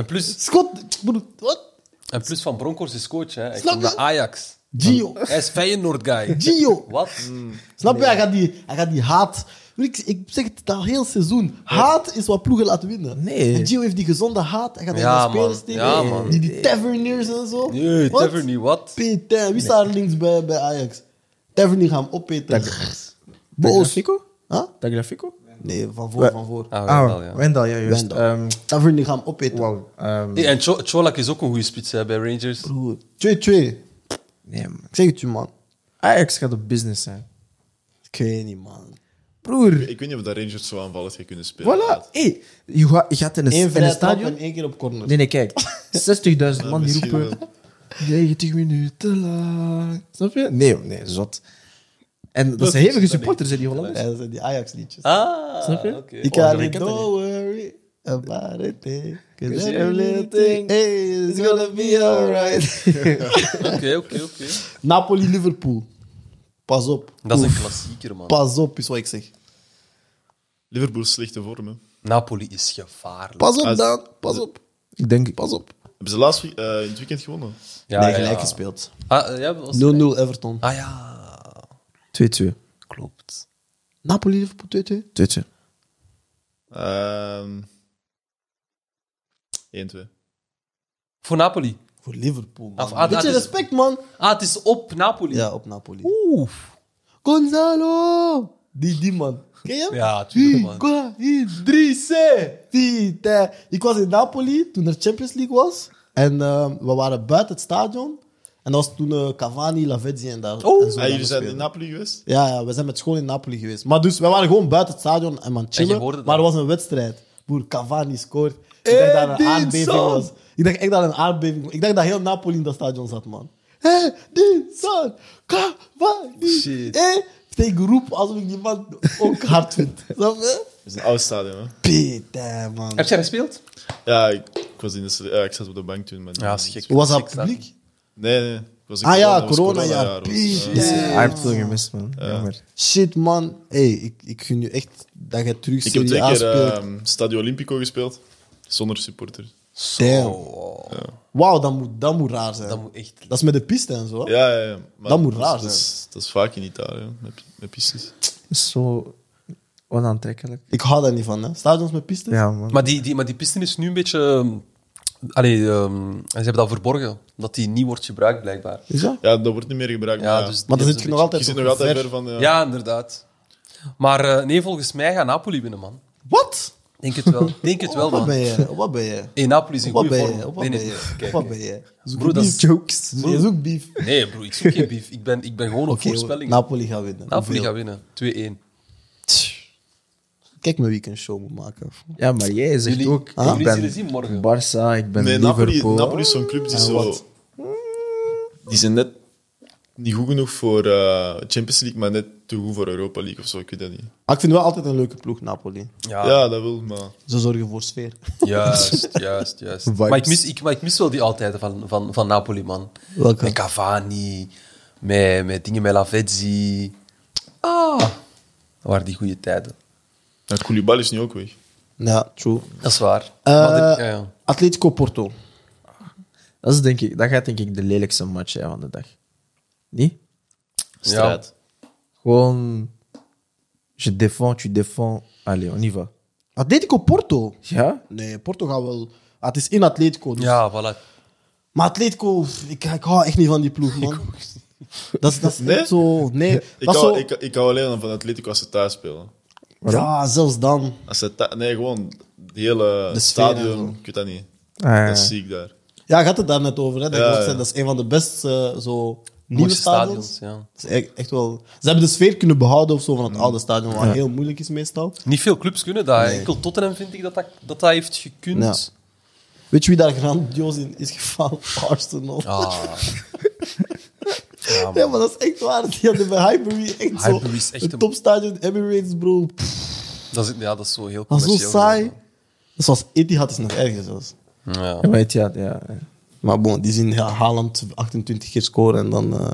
plus Van Bronckhorst is coach, hè. Hij Snap komt je? naar Ajax. Gio. Hij is Feyenoord-guy. Gio. Wat? Snap je? Hij gaat die haat... Ik zeg het al heel seizoen. Haat is wat ploegen laten winnen. Nee. En Gio heeft die gezonde haat. Hij gaat Ja, naar de spelers man. tegen. Ja, man. Die Taverniers en zo. Nee, Wat? Tavernier, wat? Peter, wie staat er links bij Ajax? Tavernier gaat hem opeten. Boos. Tagliafico? Huh? Tagliafico? Nee, van voor. Wijndal, ja. Wijndal, ja, juist. Wijndal. Dan vind ik gaan opeten. Wauw. Hey, en Colak is ook een goede spits hè, bij Rangers. Broer, 2-2. Nee, man. Ik zeg het je, man. Ajax gaat op business zijn. Ik weet niet, man. Broer, Ik weet niet of de Rangers zo aanvallend gaan kunnen spelen. voilà. Hey, je gaat in Eén een vrije trap stadion... en 1 keer op corner. Nee, kijk. 60.000 man die Misschien roepen... wel. 90 minuten lang. Snap je? Nee, zot. En dat zijn hevige supporters, hè, die Hollanders. Ja, dat zijn die Ajax-liedjes. Ah, Snap je? oké. Ik Oh, kan ik niet, ken dat don't worry about it, hey. 'Cause Cause every little thing, hey, it's gonna be alright. Oké. Napoli-Liverpool. Pas op. Dat is een Oef. klassieker, man. Pas op, is wat ik zeg. Liverpool slechte vorm, hè. Napoli is gevaarlijk. Pas op, Als- Dan. Pas op. Ik denk... Pas op. Hebben ze laatst in het weekend gewonnen? Ja, Nee, ja, gelijk ja. gespeeld. 0-0 Ah, ja, was het? Everton. Ah ja, 2-2. klopt. Napoli-Liverpool 2-2. 2-2. 1-2. Voor Napoli. Voor Liverpool, man. Of- Beetje het is- respect, man. Ah, het is op Napoli. Ja, op Napoli. Oeh. Gonzalo! Die man. Ken je hem? Ja, tuurlijk, man. Higuain, Idrisse, Vite. Ik was in Napoli toen er Champions League was. En we waren buiten het stadion. En dat was toen Cavani, Lavezzi en daar. Oh. en zo daar Jullie zijn in speelden. Napoli geweest? Ja, we zijn met school in Napoli geweest. Maar dus, we waren gewoon buiten het stadion en man En je chillen. hoorde dat? Maar er was een wedstrijd. Boer, Cavani scoort. Ik dacht dat er een aardbeving was. Ik dacht echt dat er een aardbeving was. Ik dacht dat heel Napoli in dat stadion zat, man. Edinson, Cavani. Shit. Ik roep alsof ik die man ook hard vind. Snap je? Het is een oud stadion, hè. Peter, man. Heb jij gespeeld? Ja, ik was in ik zat op de bank toen. Maar Ja, is gek. Hoe was dat Gek staat. publiek? Nee. Ik was in Ah ja, was corona-jaar. was- Peter. Hij heeft veel gemist, man. Jammer. Shit, man. Hey, ik gun je echt dat je terug Ik heb Serie 2 A keer speelt. Stadio Olimpico gespeeld. Zonder supporters. Damn. Wauw, dat moet raar zijn. Dat moet echt... Dat is met de piste en zo. hè? Ja. Maar Dat moet raar dat is vaak in Italië, met pistes. Zo onaantrekkelijk. Ik hou daar niet van, hè. Stadions met piste. Ja, man. Maar die piste is nu een beetje... ze hebben dat verborgen. Dat die niet wordt gebruikt, blijkbaar. Is dat? Ja, dat wordt niet meer gebruikt. Ja, maar dus Maar die dan hebben zit je ze nog een altijd je zit zo nog altijd ver. ver van... beetje- Ja, inderdaad. Maar nee, volgens mij gaat Napoli winnen, man. Wat? Denk het wel. Denk het wel, Wat man. ben je? Wat ben je? Hey, Napoli is in Wat goede ben vorm. je? Wat Nee, ben nee, je? kijk. Wat ben je? Zoek Broer, dat beef is- jokes. Je zoekt beef. Nee, bro, ik zoek geen beef. Ik ben gewoon op Oké, voorspelling. Napoli gaat winnen. Napoli Hoeveel? gaat winnen. 2-1. Kijk met wie ik een show moet maken. Ja, maar jij zegt Jullie- ook... jullie ik ben zullen zien morgen. Barça, ik ben Nee, Liverpool. Napoli is zo'n club die En zo... wat? Die zijn net niet goed genoeg voor Champions League, maar net te goed voor Europa League of zo. Ik weet dat niet. Maar ik vind wel altijd een leuke ploeg, Napoli. Ja, dat wil, maar... Ze zorgen voor sfeer. Juist. Vibes. Maar ik mis wel die altijd van Napoli, man. Welke? Met Cavani, met dingen met Lavezzi. Dat waren die goede tijden. En Koulibaly is nu ook weg. Ja, true. Dat is waar. Eh, Maar ja. Atletico Porto. Dat gaat denk ik de lelijkste match zijn van de dag. Niet? Strijd. Gewoon... Je défends, tu défends. Allez, on y va. Atletico Porto? Ja? Nee, Porto gaat wel... het is in Atletico. Dus. Ja, voilà. Maar Atletico, ik hou echt niet van die ploeg, man. Dat is Nee? echt zo... Nee, Ik dat is hou, zo... ik hou alleen van Atletico als ze thuis spelen. Ja, zelfs dan. Als ze nee, gewoon het hele De sfeer en zo. stadion. Ik weet dat niet. Ah, Dat is ziek daar. Ja, je had het daar net over. Hè, dat, Ja, ik nog ja. zei, dat is een van de best nieuwe Mooiste stadions. stadions, ja. Dat is echt wel... Ze hebben de sfeer kunnen behouden of zo van het oude stadion, wat heel moeilijk is meestal. Niet veel clubs kunnen dat. Nee. Enkel Tottenham vind ik dat heeft gekund. Ja. Weet je wie daar grandioos in is gevallen? Arsenal. Ah. Ja, man. Ja, maar dat is echt waar. Die hadden bij Highbury echt zo... Highbury is echt een een- topstadion, Emirates, bro. Dat is zo heel Dat is zo commercieel. saai. Zoals Etihad is nog erger zelfs. Ja. Ja, maar ja. Maar bon, die zien Haaland 28 keer scoren en dan...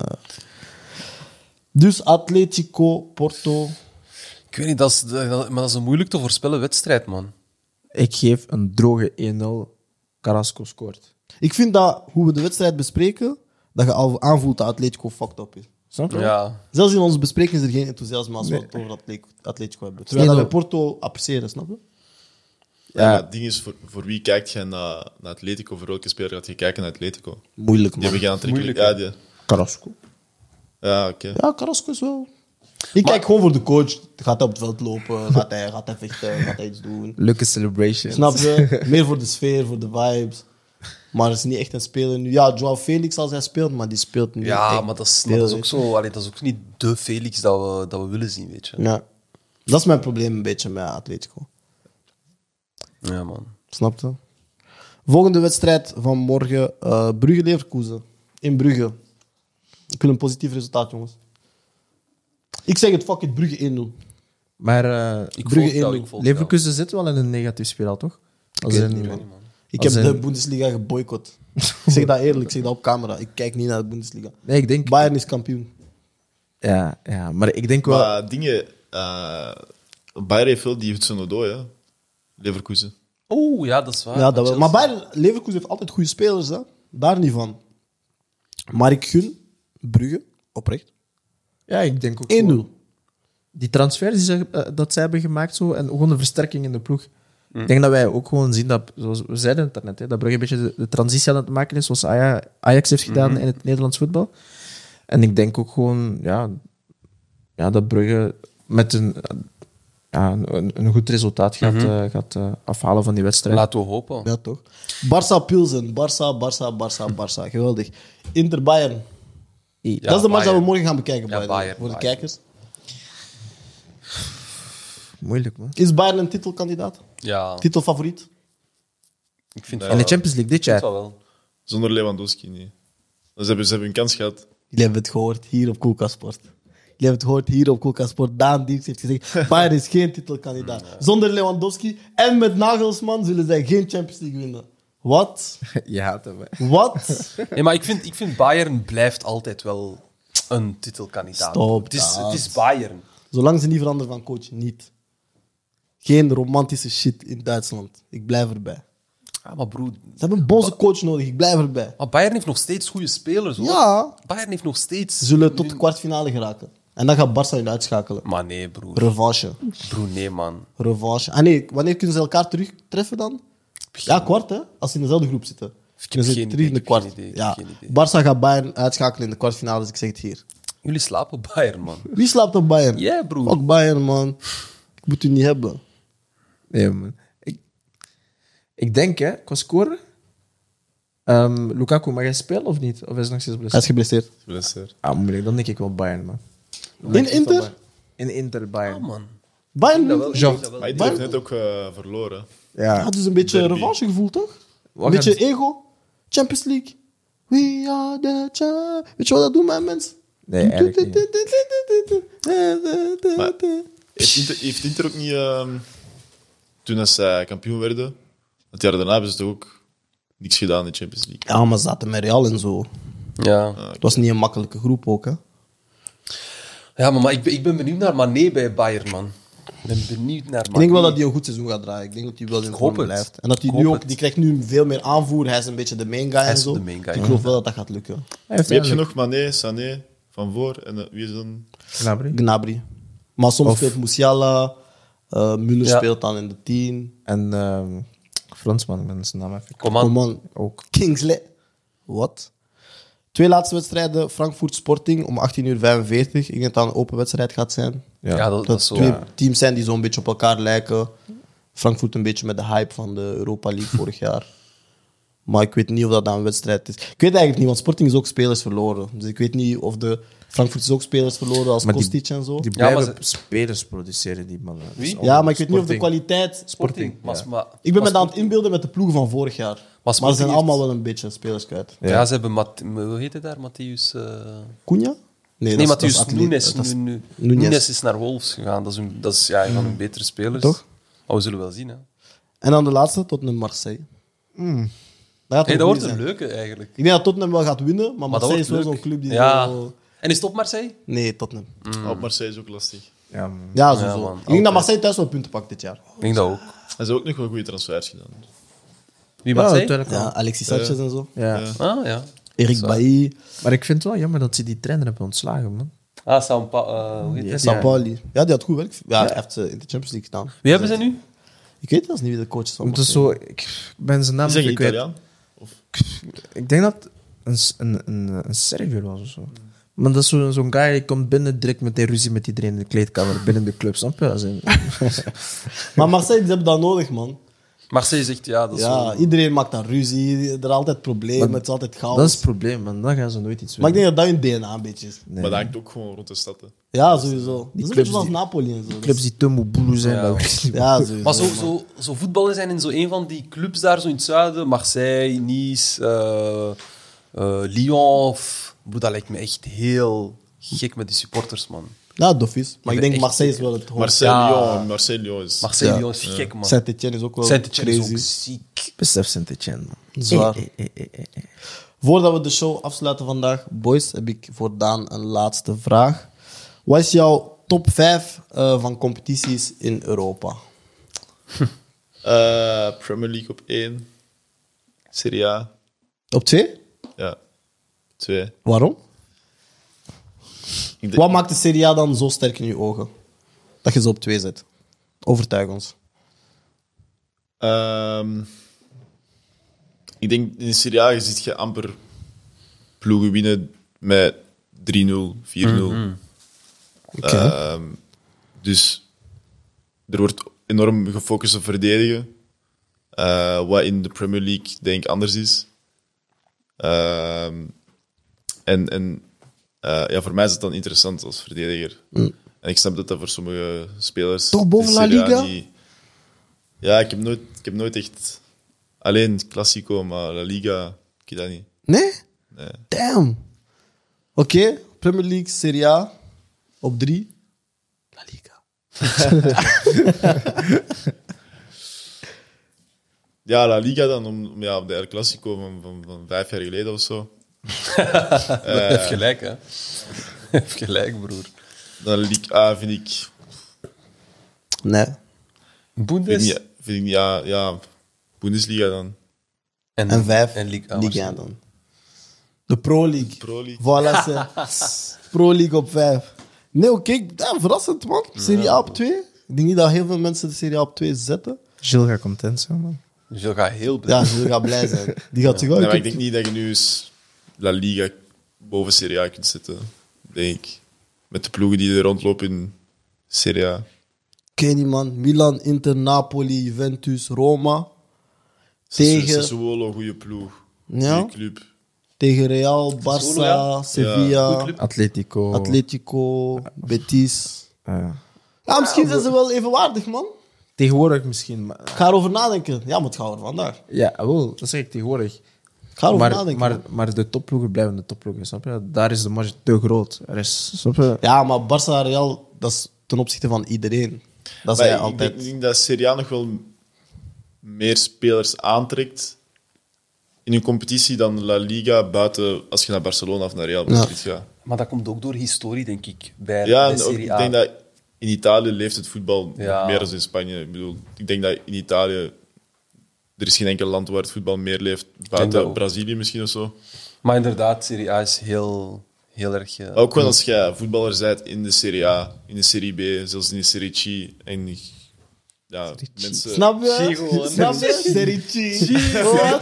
Dus Atletico, Porto... Ik weet niet, maar dat is een moeilijk te voorspellen wedstrijd, man. Ik geef een droge 1-0. Carrasco scoort. Ik vind dat, hoe we de wedstrijd bespreken, dat je al aanvoelt dat Atletico fucked up is. Snap je? Ja. Zelfs in onze bespreking is er geen enthousiasme als we het over Atletico hebben. Terwijl dat we Porto appreciëren, snap je? Ja, maar het ding is, voor wie kijkt je naar Atletico? Voor welke speler gaat je kijken naar Atletico? Moeilijk, Die man. hebben geen aantrekkelijk... Moeilijk, Ja, hè? Carrasco. ja oké. Ja, Carrasco is wel... Ik kijk gewoon voor de coach. Gaat hij op het veld lopen? Gaat hij vechten? Gaat hij iets doen? Leuke celebration. Snap je? Meer voor de sfeer, voor de vibes. Maar het is niet echt een speler nu. Ja, Joao Felix als hij speelt, maar die speelt niet Ja, echt maar dat is veel, ook zo... Allee, dat is ook niet de Felix dat we willen zien, weet je. Ja. Dat is mijn probleem een beetje met Atletico. Ja, man. Snap je? Volgende wedstrijd van morgen. Brugge-Leverkusen. In Brugge. Ik wil een positief resultaat, jongens. Ik zeg het, fuck it, Brugge 1-0. Maar Ik Brugge volg jou, 1-0. ik volg Leverkusen zit wel in een negatief spiraal, toch? Als weet het in- niet, jou. man. Man. Ik Als heb in- de Bundesliga geboycott. Ik zeg dat eerlijk, ik zeg dat op camera. Ik kijk niet naar de Bundesliga. Nee, ik denk... Bayern is kampioen. Ja, maar ik denk wel... Maar dingen... Bayern heeft veel die Hudson-Odoi, hè. Leverkusen. Oh, ja, dat is waar. Ja, dat wel. Chelsea. Maar Bayern, Leverkusen heeft altijd goede spelers, hè. Daar niet van. Maar ik gun Brugge, oprecht, 1-0. Ja, ik denk ook gewoon- Die transfers die dat zij hebben gemaakt zo, en gewoon een versterking in de ploeg. Ik denk dat wij ook gewoon zien dat, zoals we zeiden het net, hè, dat Brugge een beetje de transitie aan het maken is, zoals Ajax heeft gedaan in het Nederlands voetbal. En ik denk ook gewoon ja, dat Brugge met een goed resultaat gaat afhalen van die wedstrijd. Laten we hopen. Ja, toch? Barça Pilsen. Barça. Geweldig. Inter Bayern. Ja, dat is de match dat we Bayern. morgen gaan bekijken, Ja, by the way, Bayern, voor de Bayern. kijkers. Moeilijk, man. Is Bayern een titelkandidaat? Ja, Titelfavoriet? ik vind Ja. In de Champions League dit jaar. het wel. Zonder Lewandowski, nee. Dus ze hebben hun kans gehad. Jullie hebben het gehoord hier op Koelkasport. Jullie hebben het gehoord hier op Koelkasport. Daan Dirks heeft gezegd, Bayern is geen titelkandidaat. Zonder Lewandowski en met Nagelsman zullen zij geen Champions League winnen. Wat? Ja, dat Wat? Nee, maar ik vind Bayern blijft altijd wel een titelkandidaat. Stop Het is, dat. het is Bayern. Zolang ze niet veranderen van coach, niet. Geen romantische shit in Duitsland. Ik blijf erbij. Ja, maar broer... Ze hebben een boze coach nodig. Ik blijf erbij. Maar Bayern heeft nog steeds goede spelers, hoor. Ja. Bayern heeft nog steeds... Ze zullen tot de kwartfinale geraken. En dan gaat Barça hun uitschakelen. Maar nee, broer. Revanche. Broer, nee, man. Revanche. Ah nee, wanneer kunnen ze elkaar terugtreffen dan? Ja, kwart hè. Als ze in dezelfde groep zitten. Kunnen ze geen terug in de idee, ik heb kwart. geen idee, ik Ja. heb geen idee. Barça gaat Bayern uitschakelen in de kwartfinale, dus ik zeg het hier. Jullie slapen op Bayern, man. Wie slaapt op Bayern? Jij, broer. Fuck Bayern, man. Ik moet u niet hebben. Nee, man. Ik denk, hè, qua scoren... Lukaku, mag hij spelen of niet? Of is hij nog steeds Hij is blessure? geblesseerd. Blesseerd. Ah, moeilijk. Dan denk ik wel Bayern, man. In Inter? In Inter, Bayern. Oh, man. Bayern? Dat wel, Jean. dat wel. Maar Inter heeft net ook verloren. Ja. Ja, dus een beetje Derby. revanche gevoel, toch? Wat Een beetje gaan- ego. Champions League. We are the champions. Weet je wat dat doen, mijn mensen? Nee, eigenlijk niet. Maar heeft Inter ook niet... toen als zij kampioen werden, het jaar daarna hebben ze toch ook niks gedaan in de Champions League. Ja, maar ze zaten met Real en zo. Ja. Het was niet een makkelijke groep ook, hè? Ja, maar ik ben benieuwd naar Mané bij Bayern, man. Ik ben benieuwd naar Mané. Ik denk wel dat hij een goed seizoen gaat draaien. Ik denk dat hij wel in hoop vorm het. blijft. En dat hij Ik nu hoop ook, het. die krijgt nu veel meer aanvoer. Hij is een beetje de main guy en is zo. de main guy, Ik ja. geloof wel dat dat gaat lukken. Hij heeft Wie heb je eigenlijk nog? Mané, Sané, Van Voor en wie is dan... Gnabry. Gnabry. Maar soms speelt Musiala. Müller Ja. speelt dan in de 10. En Fransman, ik ben zijn naam even. Kom aan. man. Ook. Kingsley. Wat? 2 laatste wedstrijden. Frankfurt Sporting om 18:45 uur. Ik denk dat dat een open wedstrijd gaat zijn. Ja, dat Dat is zo. twee teams zijn die zo'n beetje op elkaar lijken. Frankfurt een beetje met de hype van de Europa League vorig jaar. Maar ik weet niet of dat een wedstrijd is. Ik weet eigenlijk niet, want Sporting is ook spelers verloren. Dus ik weet niet of de Frankfurt is ook spelers verloren als Maar Kostic en zo. Die Ja, maar blijven spelers produceren, die mannen. Wie? Ja, maar ik weet niet of de Sporting. kwaliteit... Sporting. Maar Ik ben me aan het inbeelden met de ploegen van vorig jaar. Maar, ze Sporting zijn heeft- allemaal wel een beetje spelers kwijt. Ja, ze hebben... Hoe heet het daar? Matthäus... Cunha? Nee, Nee, dat is Matthäus atleet. Nunes. Dat is- Nu- Nunes. Nunes is naar Wolves gegaan. Dat is ja, een van hun betere spelers. Toch? Maar we zullen wel zien, hè. En dan de laatste, Tottenham Marseille. Dat, gaat Hey, een dat goeie wordt een zijn. leuke, eigenlijk. Ik denk dat Tottenham wel gaat winnen, maar Maar Marseille dat is wel wordt zo'n leuk. club die Ja. zo... En is het op Marseille? Nee, Tottenham. Op Marseille is ook lastig. Ja, man. Ja, sowieso. man, Ik denk altijd. dat Marseille thuis wel punten pakt dit jaar. Ik denk dat ook. En ze hebben ook nog wel goede transfers gedaan. Wie Ja, Marseille? natuurlijk wel. Ja, Alexis Sanchez en zo. Ja. Ja. Ah, ja. Erik Bailly, Maar ik vind het wel jammer dat ze die trainer hebben ontslagen, man. Ah, hoe heet Ja, het? Sampaoli. Ja, die had goed werk. Ja, hij heeft ze in de Champions League gedaan. Wie hebben ze nu? Ik weet zelfs niet wie de coach is van Het is Marseille. zo, ik ben zijn naam Zeg je niet kwijt. Italiaan? Ik denk dat een Serviër was of zo. Maar dat is zo'n guy, die komt binnen direct met die ruzie met iedereen in de kleedkamer, binnen de club, snap je? Maar Marseille, die hebben dat nodig, man. Marseille zegt ja, dat is Ja, wel... iedereen maakt dan ruzie. Er is altijd problemen, Maar het is altijd chaos. Dat is het probleem, man. Dan gaan ze nooit iets Maar ik winnen. denk dat dat hun DNA een beetje is. Nee. Maar dat hangt ook gewoon rond de stad. Hè. Ja, sowieso. Dat is een clubs beetje zoals die- Napoli en zo. Clubs die te moe zijn. Ja. dat weet ik niet. Ja, sowieso. Maar man. zo voetballen zijn in zo een van die clubs daar zo in het zuiden, Marseille, Nice, Lyon. Broer, dat lijkt me echt heel gek met die supporters, man. Ja, dof is. Maar ik denk echt- Marseille is wel het hoogste. Marseille-Lyon is... Marseille, Ja. Lyon is gek, man. Saint-Etienne is ook wel Saint-Etienne is crazy. ook ziek. Besef Saint-Etienne, man. Zwaar. Voordat we de show afsluiten vandaag, boys, heb ik voor Daan een laatste vraag. Wat is jouw top 5 van competities in Europa? Premier League op 1. Serie A. Op 2? Ja. 2. Waarom? Ik denk- Wat maakt de Serie A dan zo sterk in je ogen? Dat je ze op 2 zet. Overtuig ons. Ik denk in de Serie A ziet je amper ploegen winnen met 3-0, 4-0. Dus er wordt enorm gefocust op verdedigen. Wat in de Premier League denk ik anders is. Ja, voor mij is het dan interessant als verdediger. En ik snap dat dat voor sommige spelers... Toch boven de La Serie A Liga? niet- Ja, ik heb nooit echt... Alleen Classico, maar La Liga, ik weet dat niet. Nee? Nee. Damn. Oké, Premier League, Serie A. Op 3. La Liga. Ja, La Liga dan, om de El Clasico van 5 jaar geleden of zo. Heeft gelijk, hè. Heeft gelijk, broer. Dan Ligue A vind ik... Nee. Bundes Vind ik niet, ja, Bundesliga dan. En 5. En Ligue A. Liga dan. De Pro League. Pro League. Voilà, ze. Pro League op 5. Nee, oké. Ja, verrassend, man. Serie A op 2. Ik denk niet dat heel veel mensen de Serie A op 2 zetten. Gilles gaat content zijn, man. Dus je gaat heel blij. Ja, ze gaat blij zijn. Die gaat zeggen... Nee, oh, maar ik denk niet dat je nu eens La Liga boven Serie A kunt zetten. Denk ik. Met de ploegen die er rondlopen in Serie A. ken die man. Milan, Inter, Napoli, Juventus, Roma. Tegen- Sassuolo, goede ploeg. Ja. Goede club. Tegen Real, Barça, Sassuolo, Sevilla, Goeie club. Atletico. Atletico, Betis. Ja. Ja, misschien zijn ze wel evenwaardig, man. Tegenwoordig misschien. Maar, Ik ga erover nadenken. Ja, maar het gaat over vandaag. ja, wel, dat zeg ik tegenwoordig. Ik ga erover Maar, nadenken. maar de topploegen blijven de topploegen, snap je? Daar is de marge te groot. Er is, snap je? Ja, maar Barça Real, dat is ten opzichte van iedereen. Dat Maar is ik altijd... denk dat Serie A nog wel meer spelers aantrekt in een competitie dan La Liga buiten als je naar Barcelona of naar Real Madrid gaat. Maar dat komt ook door historie, denk ik, bij Ja, de en ook, Serie ik A. denk dat in Italië leeft het voetbal Ja. nog meer dan in Spanje. Ik bedoel, ik denk dat in Italië er is geen enkel land waar het voetbal meer leeft dat buiten ook. Brazilië misschien of zo. Maar inderdaad, Serie A is heel erg... Maar ook gewoon als je voetballer bent in de Serie A, in de Serie B, zelfs in de Serie C. En ja, mensen... Snap je? Chigo, Snap je? Serie C.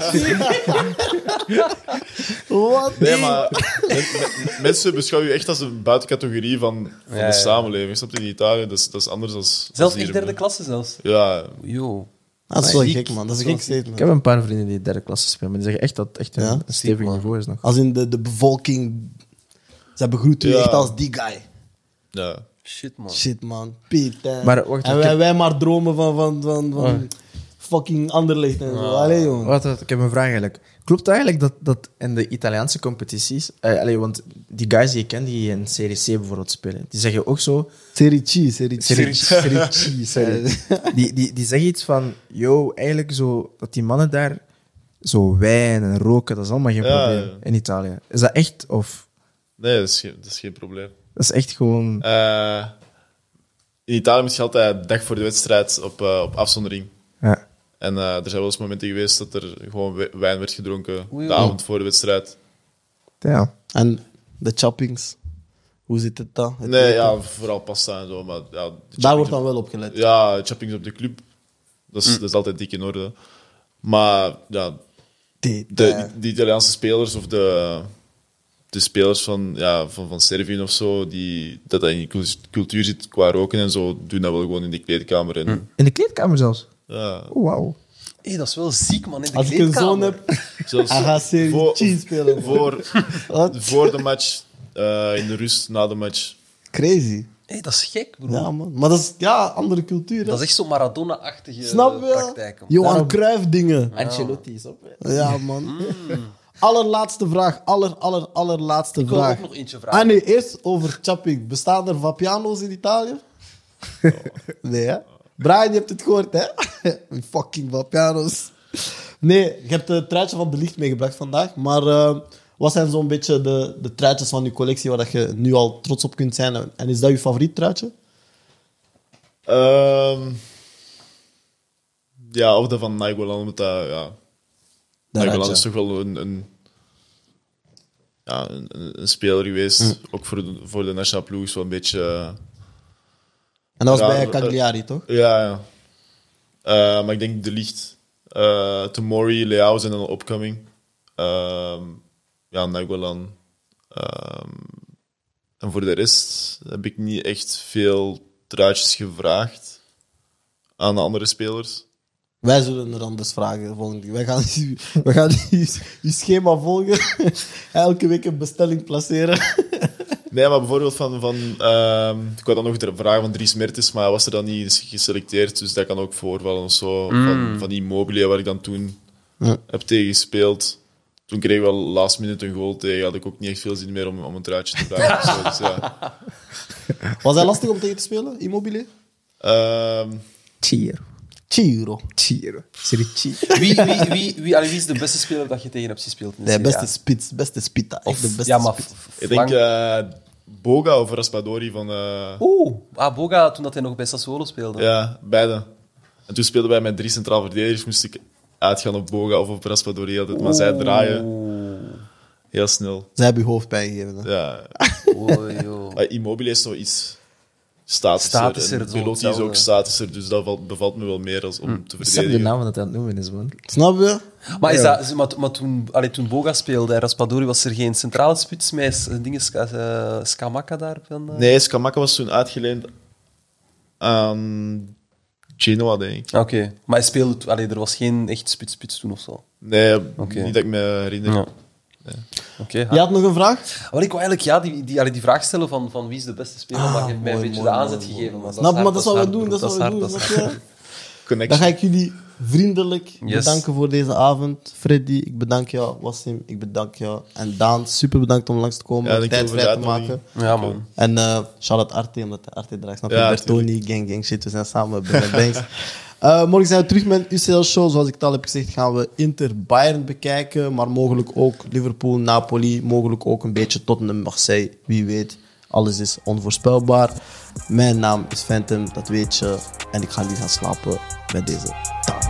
Wat? Nee, maar mensen beschouwen je echt als een buitencategorie van Ja. de samenleving. Snap je? In Italië, dat is anders dan... Zelfs echt derde klasse zelfs. Ja, Yo. Dat is wel Ziek. gek, man. Dat is een gek Ik statement. heb een paar vrienden die derde klasse spelen, maar die zeggen echt dat het echt Ja? een stevig man. niveau is nog. Als in de bevolking... Ze begroeten je Ja. echt als die guy. ja. Shit, man. Shit, man. Piet, hè. Maar wacht, en ik heb- wij maar dromen van fucking Anderlecht en zo. Allee, jongen. Wat, ik heb een vraag eigenlijk. Klopt het eigenlijk dat in de Italiaanse competities... want die guys die ik ken, die in Serie C bijvoorbeeld spelen, die zeggen ook zo... Serie C, Serie C. Serie C, sorry. Die zeggen iets van... Yo, eigenlijk zo... Dat die mannen daar... Zo wijn en roken, dat is allemaal geen Ja, probleem ja. in Italië. Is dat echt? Of... Nee, dat is geen probleem. Dat is echt gewoon... In Italië moet je altijd dag voor de wedstrijd op afzondering. Ja. En er zijn wel eens momenten geweest dat er gewoon wijn werd gedronken Oei, de oei. avond voor de wedstrijd. Ja. En de choppings. Hoe zit het dan? Het Nee, eten? ja, vooral pasta en zo. Maar, ja, de Daar choppings wordt dan wel op gelet. Ja, choppings op de club. Dat is altijd dik in orde. Maar ja, Die- de Italiaanse spelers of de spelers van Servië of zo, dat in die cultuur zit qua roken en zo, doen dat wel gewoon in de kleedkamer. En, In de kleedkamer zelfs? ja, Oh, wauw. Hé, dat is wel ziek, man. In de Als ik een zoon kleedkamer. heb, zelfs hij gaat Serie G spelen. Wat? voor de match, in de rust, na de match. Crazy. Hé, dat is gek, bro. Ja, man. Maar dat is andere cultuur. Hè? Dat is echt zo'n Maradona-achtige Snap je? praktijk. Man. Johan Daarom- Cruijff dingen. Ancelotti is op. Hè. Ja, man. Allerlaatste vraag. Allerlaatste Ik wil vraag. ook nog eentje vragen. Ah nee, eerst over Chapik. Bestaan er Vapiano's in Italië? Nee, hè? Brian, je hebt het gehoord, hè? Fucking Vapiano's. Nee, je hebt het truitje van De Ligt meegebracht vandaag. Maar wat zijn zo'n beetje de truitjes van je collectie waar dat je nu al trots op kunt zijn? En is dat je favoriet truitje? Ja, of dat van Nainggolan, omdat dat, ja... Dat Nainggolan truitje. is toch wel een speler geweest. Ook voor de nationale ploeg, zo een beetje... En dat was Ja, bij Cagliari, toch? Ja. Maar ik denk De Ligt, Tomori, Leao zijn dan upcoming. Nainggolan. En voor de rest heb ik niet echt veel truitjes gevraagd aan de andere spelers. Wij zullen er anders vragen volgende keer. Wij gaan uw schema volgen. Elke week een bestelling placeren. Nee, maar bijvoorbeeld ik had dan nog de vraag van Dries Mertens, maar hij was er dan niet geselecteerd, dus dat kan ook voorvallen of zo. Van Immobile, waar ik dan toen heb tegen gespeeld. Toen kreeg ik wel last minute een goal tegen, had ik ook niet echt veel zin meer om een truitje te vragen. Of zo, dus ja. Was hij lastig om tegen te spelen, Immobile? Cheer. Chiro. Cheer. Serie G. Wie is de beste speler dat je tegen hebt gespeeld? In de Nee, Serie A? beste spits. Beste spita. Echt Of, de beste ja, maar spits. Ik denk Boga of Raspadori van... Boga, toen dat hij nog bij Sassuolo speelde. Ja, beide. En toen speelden wij met 3 centraal verdedigers, moest ik uitgaan op Boga of op Raspadori altijd, maar zij draaien heel snel. Zij hebben je hoofdpijn gegeven. Hè? Ja. Joh. Maar Immobile is zoiets statischer. Statischer, En zo Belotti is hetzelfde. ook statischer, dus dat bevalt me wel meer als om te Besef de verdedigen. naam dat hij aan het noemen is, man. Snap je? Maar, is dat, maar toen Boga speelde en Raspadori, was er geen centrale spits met Scamacca daar? Nee, Scamacca was toen uitgeleend aan Genoa, denk ik. Oké, maar hij speelde... er was geen echt spits toen of zo. Nee, Oké. niet dat ik me herinner. Ja. Oké. Je had nog een vraag? Maar ik wou eigenlijk die vraag stellen van wie is de beste speler, maar je hebt mij een beetje de aanzet gegeven. Maar Snap je? Maar dat is wat we hard, doen. bro. Dat is wat we doen. hard, Snap je? Dan Connection. ga ik jullie vriendelijk Yes. bedanken voor deze avond. Freddy, ik bedank jou. Wassim, ik bedank jou. En Daan, super bedankt om langs te komen. Ja, tijd dankjewel voor vrij de te uitnodiging. maken. Ja, man. En shout-out Arte, omdat hij Arte draagt. Snap je? Ja, Bertoni, gang, shit. We zijn samen bij de banks. Morgen zijn we terug met een UCL-show. Zoals ik het al heb gezegd, gaan we Inter-Bayern bekijken. Maar mogelijk ook Liverpool, Napoli. Mogelijk ook een beetje Tottenham, Marseille. Wie weet. Alles is onvoorspelbaar. Mijn naam is Phantom, dat weet je. En ik ga nu gaan slapen met deze taal.